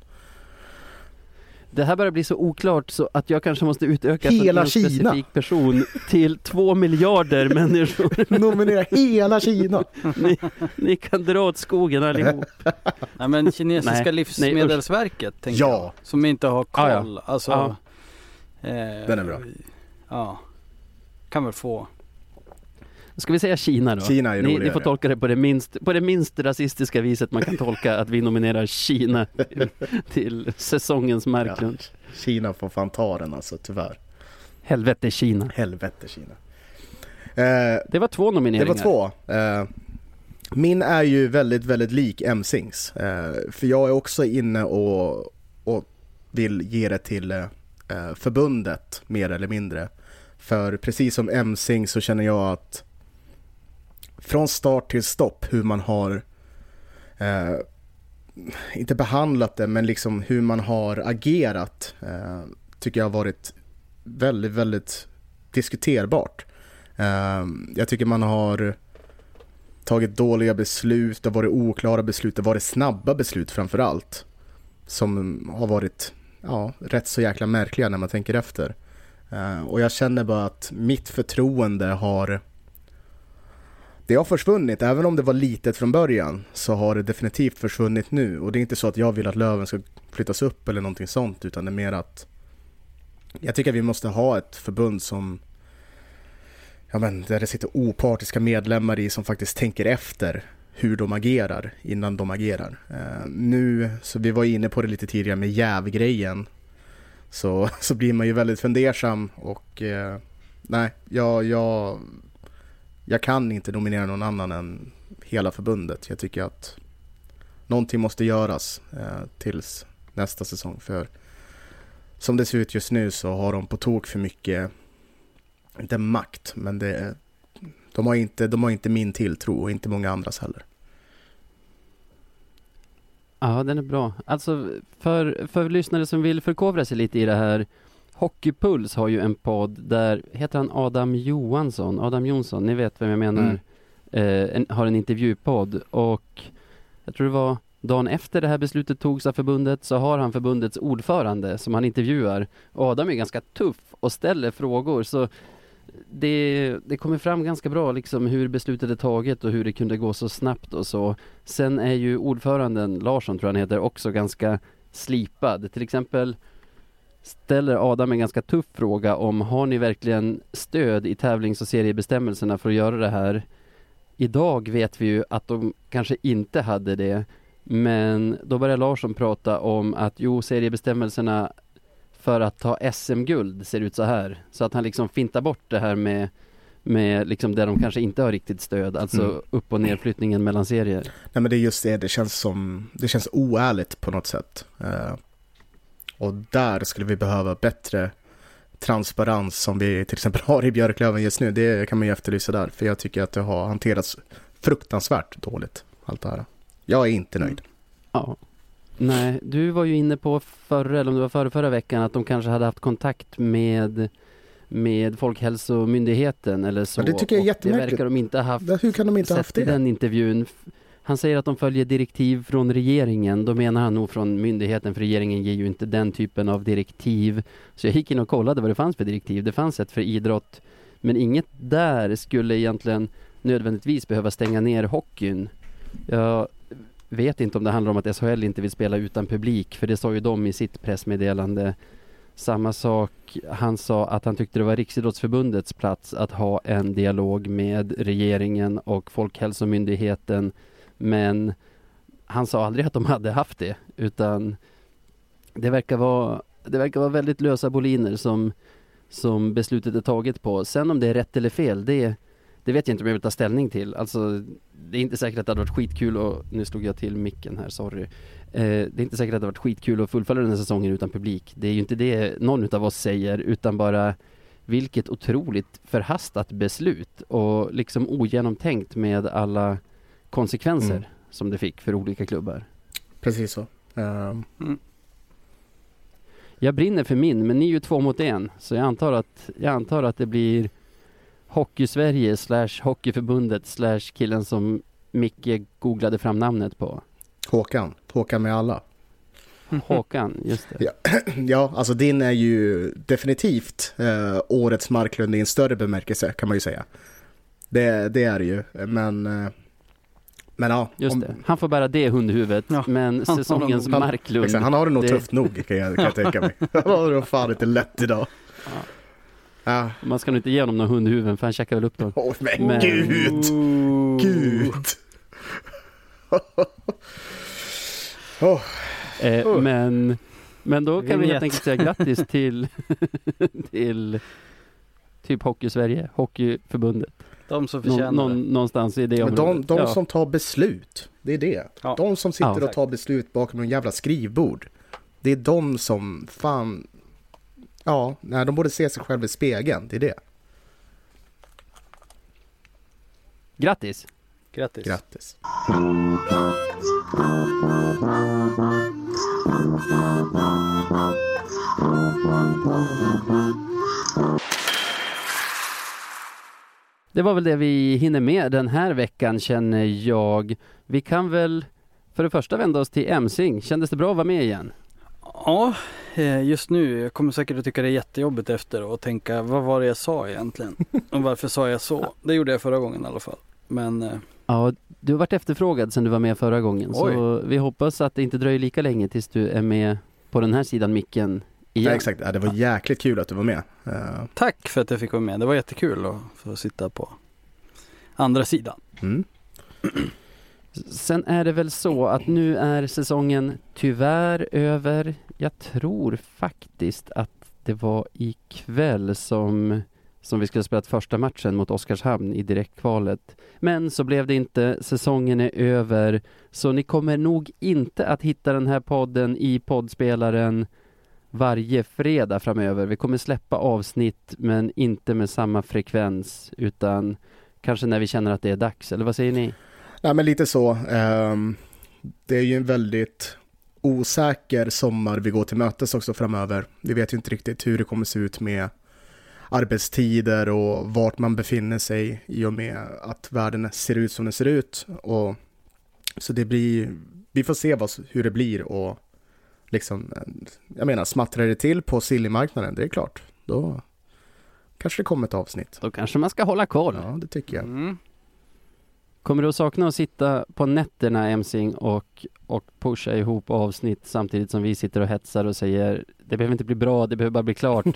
Det här börjar bli så oklart så att jag kanske måste utöka hela en specifik person till 2 miljarder människor. Nominera hela Kina. Ni kan dra åt skogen allihop. Nej, men kinesiska livsmedelsverket tänker jag, som inte har koll. Alltså, den är bra. Ja, kan väl få. Ska vi säga Kina då? Kina är ni får tolka det på det minst rasistiska viset man kan tolka, att vi nominerar Kina till säsongens Marklund. Ja, Kina får fan ta den alltså, tyvärr. Helvete Kina. Det var 2 nomineringar. Det var 2. Min är ju väldigt, väldigt lik Emsings. För jag är också inne och vill ge det till förbundet mer eller mindre. För precis som Emsing så känner jag att från start till stopp hur man har inte behandlat det, men liksom hur man har agerat tycker jag har varit väldigt, väldigt diskuterbart. Jag tycker man har tagit dåliga beslut, det har varit oklara beslut, det har varit snabba beslut framförallt, som har varit rätt så jäkla märkliga när man tänker efter. Och jag känner bara att mitt förtroende har försvunnit. Även om det var litet från början så har det definitivt försvunnit nu. Och det är inte så att jag vill att Löven ska flyttas upp eller någonting sånt, utan det är mer att jag tycker att vi måste ha ett förbund som där det sitter opartiska medlemmar i som faktiskt tänker efter hur de agerar innan de agerar. Nu, så vi var inne på det lite tidigare med jävgrejen, så blir man ju väldigt fundersam och nej, jag kan inte nominera någon annan än hela förbundet. Jag tycker att någonting måste göras tills nästa säsong, för som det ser ut just nu så har de på tok för mycket, inte makt, men de har inte min tilltro och inte många andras heller. Ja, den är bra. Alltså för lyssnare som vill förkovra sig lite i det här, Hockeypuls har ju en podd där, heter han Adam Jonsson, ni vet vem jag menar, har en intervjupodd, och jag tror det var dagen efter det här beslutet togs av förbundet så har han förbundets ordförande som han intervjuar, och Adam är ganska tuff och ställer frågor, så det kommer fram ganska bra liksom hur beslutet är taget och hur det kunde gå så snabbt och så. Sen är ju ordföranden, Larsson tror jag han heter, också ganska slipad. Till exempel ställer Adam en ganska tuff fråga om, har ni verkligen stöd i tävlings- och seriebestämmelserna för att göra det här? Idag vet vi ju att de kanske inte hade det, men då börjar Larsson prata om att seriebestämmelserna för att ta SM-guld ser ut så här. Så att han liksom fintar bort det här med liksom där de kanske inte har riktigt stöd. Alltså upp- och nerflyttningen mellan serier. Nej, men det är just det. Det känns oärligt på något sätt. Och där skulle vi behöva bättre transparens som vi till exempel har i Björklöven just nu. Det kan man ju efterlysa där. För jag tycker att det har hanterats fruktansvärt dåligt. Allt det här. Jag är inte nöjd. Ja. Nej, du var ju inne på förra veckan att de kanske hade haft kontakt med Folkhälsomyndigheten eller så. Ja, det tycker jag är jättemärkligt. Det verkar de inte ha haft. Hur kan de inte ha haft det? I den intervjun. Han säger att de följer direktiv från regeringen. Då menar han nog från myndigheten, för regeringen ger ju inte den typen av direktiv. Så jag gick in och kollade vad det fanns för direktiv. Det fanns ett för idrott, men inget där skulle egentligen nödvändigtvis behöva stänga ner hockeyn. Jag vet inte om det handlar om att SHL inte vill spela utan publik, för det sa ju de i sitt pressmeddelande. Samma sak, han sa att han tyckte det var Riksidrottsförbundets plats att ha en dialog med regeringen och Folkhälsomyndigheten, men han sa aldrig att de hade haft det, utan det verkar vara väldigt lösa boliner som beslutet är taget på. Sen om det är rätt eller fel, det vet jag inte om jag vill ta ställning till. Alltså, det är inte säkert att det hade varit skitkul och nu slog jag till micken här, sorry. Det är inte säkert att det hade varit skitkul att fullfölja den här säsongen utan publik. Det är ju inte det någon av oss säger, utan bara vilket otroligt förhastat beslut och liksom ogenomtänkt med alla konsekvenser som det fick för olika klubbar. Precis så. Jag brinner för min, men ni är ju 2 mot 1, så jag antar att det blir Hockey-Sverige / Hockeyförbundet / killen som Micke googlade fram namnet på. Håkan med alla. Håkan, just det. Ja, alltså din är ju definitivt årets Marklund i en större bemärkelse, kan man ju säga. Det är det ju, men ja. Just det. Han får bära det hundhuvudet, men säsongens Marklund. Han har det nog tufft nog, kan jag tänka mig. Han har det fan inte lätt idag. Ja. Ja. Man ska nog inte ge honom någon hundhuvud, för han checkar väl upp dem. Men gud! Men då kan vi helt enkelt säga grattis till typ Hockey-Sverige, Hockeyförbundet. De som förtjänar någonstans i det. De som tar beslut, det är det. Ja. De som sitter och tar beslut bakom någon jävla skrivbord. Det är de som fan... Ja, nej, de borde se sig själva i spegeln, det är det. Grattis. Det var väl det vi hinner med den här veckan, känner jag. Vi kan väl för det första vända oss till Emsing. Kändes det bra att vara med igen? Ja, just nu. Jag kommer säkert att tycka det är jättejobbigt efter och tänka, vad var det jag sa egentligen? Och varför sa jag så? Det gjorde jag förra gången i alla fall. Men... Ja, du har varit efterfrågad sedan du var med förra gången. Oj. Så vi hoppas att det inte dröjer lika länge tills du är med på den här sidan micken igen. Ja, exakt. Ja, det var jäkligt kul att du var med. Tack för att jag fick vara med. Det var jättekul att få sitta på andra sidan. Sen är det väl så att nu är säsongen tyvärr över. Jag tror faktiskt att det var ikväll som vi skulle spela första matchen mot Oskarshamn i direktkvalet. Men så blev det inte. Säsongen är över. Så ni kommer nog inte att hitta den här podden i poddspelaren varje fredag framöver. Vi kommer släppa avsnitt, men inte med samma frekvens, utan kanske när vi känner att det är dags. Eller vad säger ni? Nej, men lite så. Det är ju en väldigt osäker sommar vi går till mötes också framöver. Vi vet ju inte riktigt hur det kommer se ut med arbetstider och vart man befinner sig i och med att världen ser ut som den ser ut. Och så det blir, vi får se hur det blir, och liksom, jag menar, smattrar det till på sillymarknaden, det är klart. Då kanske det kommer ett avsnitt. Då kanske man ska hålla koll. Ja, det tycker jag. Kommer du att sakna att sitta på nätterna, Emsing, och pusha ihop avsnitt samtidigt som vi sitter och hetsar och säger det behöver inte bli bra, det behöver bara bli klart.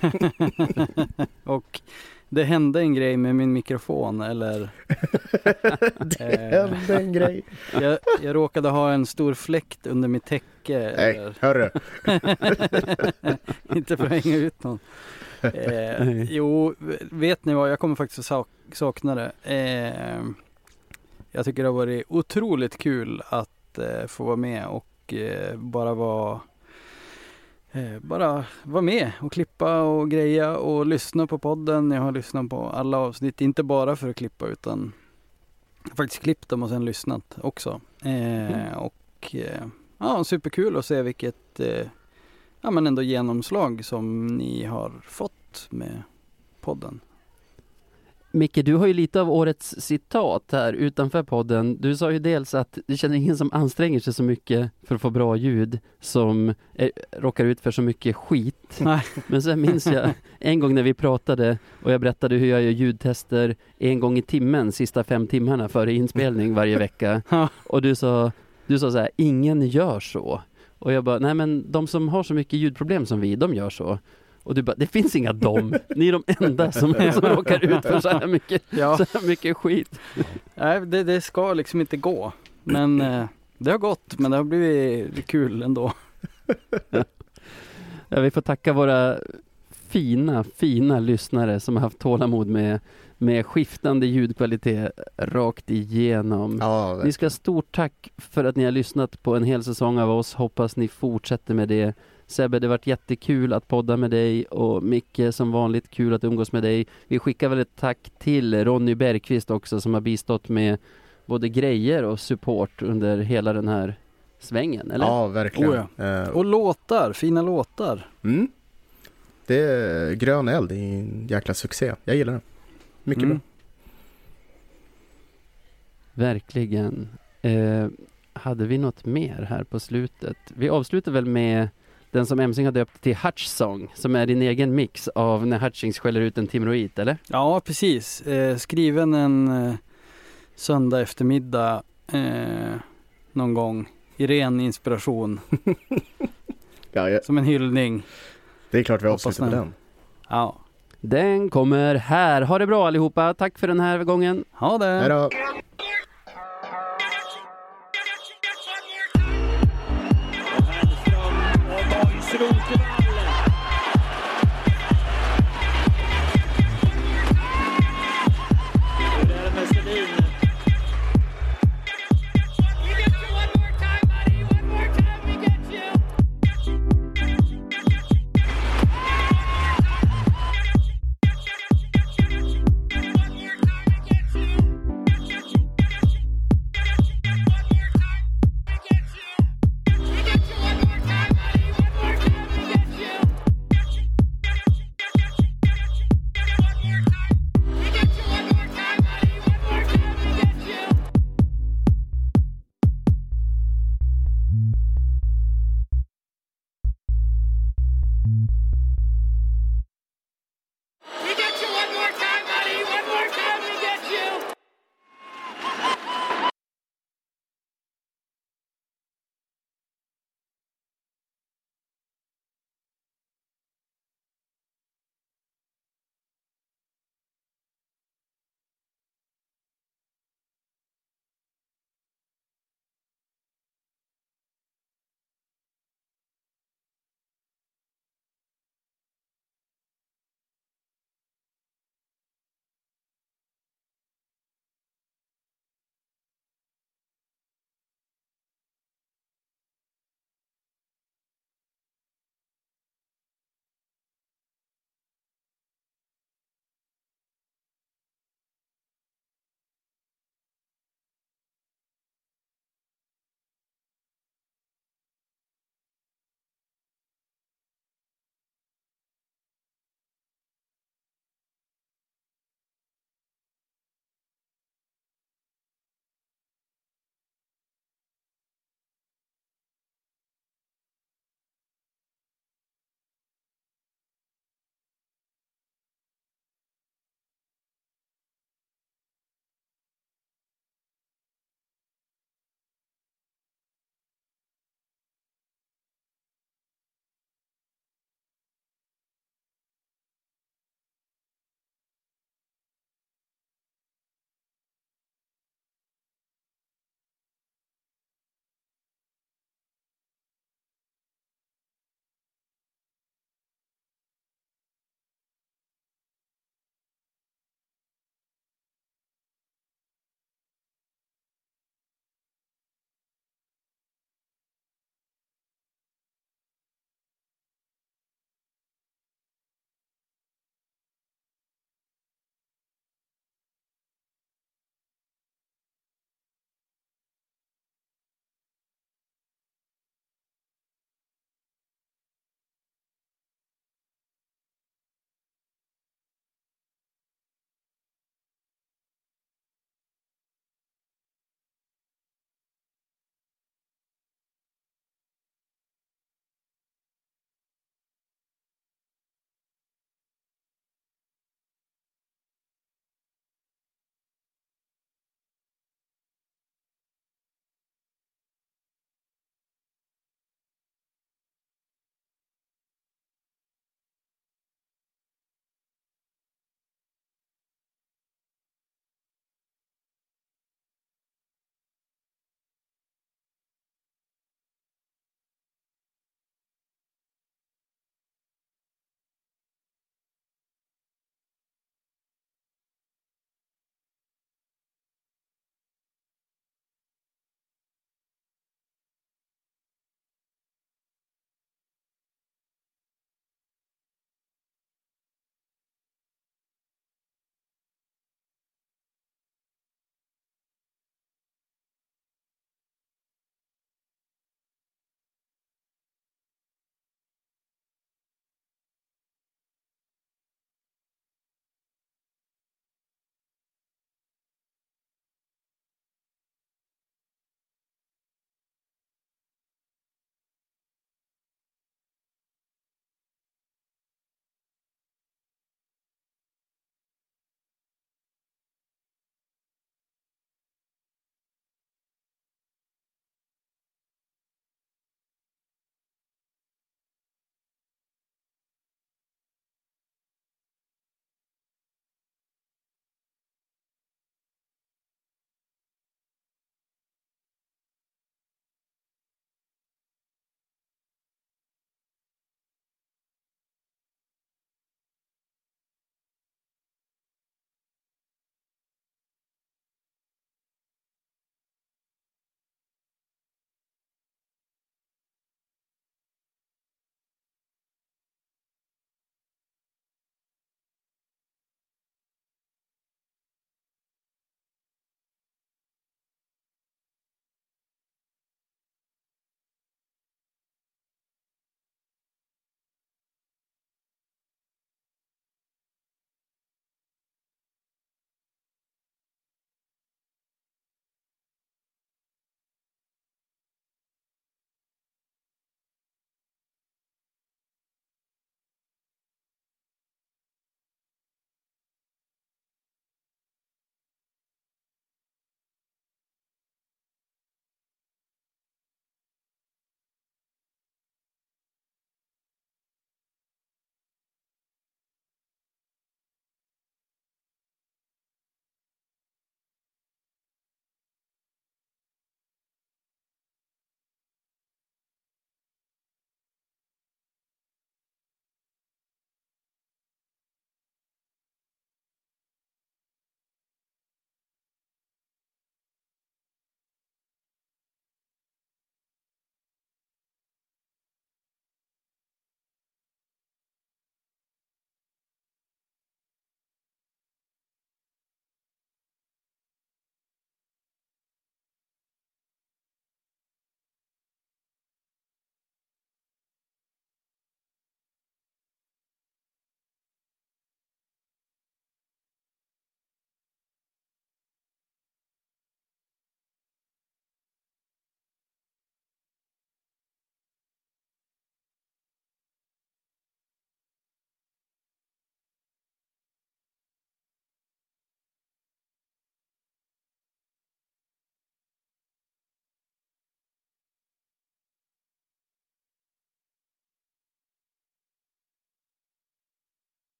Och det hände en grej med min mikrofon, eller? Det hände en grej. Jag råkade ha en stor fläkt under mitt täcke. Nej, hörru. Inte för att hänga ut någon. Jo, vet ni vad? Jag kommer faktiskt att sakna det. Jag tycker det har varit otroligt kul att få vara med och bara vara bara vara med och klippa och greja och lyssna på podden. Jag har lyssnat på alla avsnitt, inte bara för att klippa utan faktiskt klippt dem och sen lyssnat också. Superkul att se vilket men ändå genomslag som ni har fått med podden. Micke, du har ju lite av årets citat här utanför podden. Du sa ju dels att du känner ingen som anstränger sig så mycket för att få bra ljud som råkar ut för så mycket skit. Nej. Men sen minns jag en gång när vi pratade och jag berättade hur jag gör ljudtester en gång i timmen, sista 5 timmarna före inspelning varje vecka. Och du sa så här, ingen gör så. Och jag bara, nej men de som har så mycket ljudproblem som vi, de gör så. Och du bara, det finns inga dom. Ni är de enda som råkar ut för så här mycket skit. Nej, det ska liksom inte gå. Men det har gått, men det har blivit kul ändå. Ja, vi får tacka våra fina lyssnare som har haft tålamod med skiftande ljudkvalitet rakt igenom. Ja, ni ska ha stort tack för att ni har lyssnat på en hel säsong av oss. Hoppas ni fortsätter med det. Sebbe, det har varit jättekul att podda med dig och Micke, som vanligt kul att umgås med dig. Vi skickar väl ett tack till Ronny Bergqvist också som har bistått med både grejer och support under hela den här svängen, eller? Ja, verkligen. Oh ja. Och låtar, fina låtar. Mm. Det är Grön eld, det är en jäkla succé. Jag gillar det. Mycket bra. Verkligen. Hade vi något mer här på slutet? Vi avslutar väl med den som Emsing har döpt till Hutch Song, som är din egen mix av när Hutchings skäller ut en timroid, eller? Ja, precis. Skriven en söndag eftermiddag någon gång i ren inspiration. Som en hyllning. Det är klart vi avslutar på den. Ja. Den kommer här. Ha det bra allihopa. Tack för den här gången. Ha det. Hej då. Rosenberg.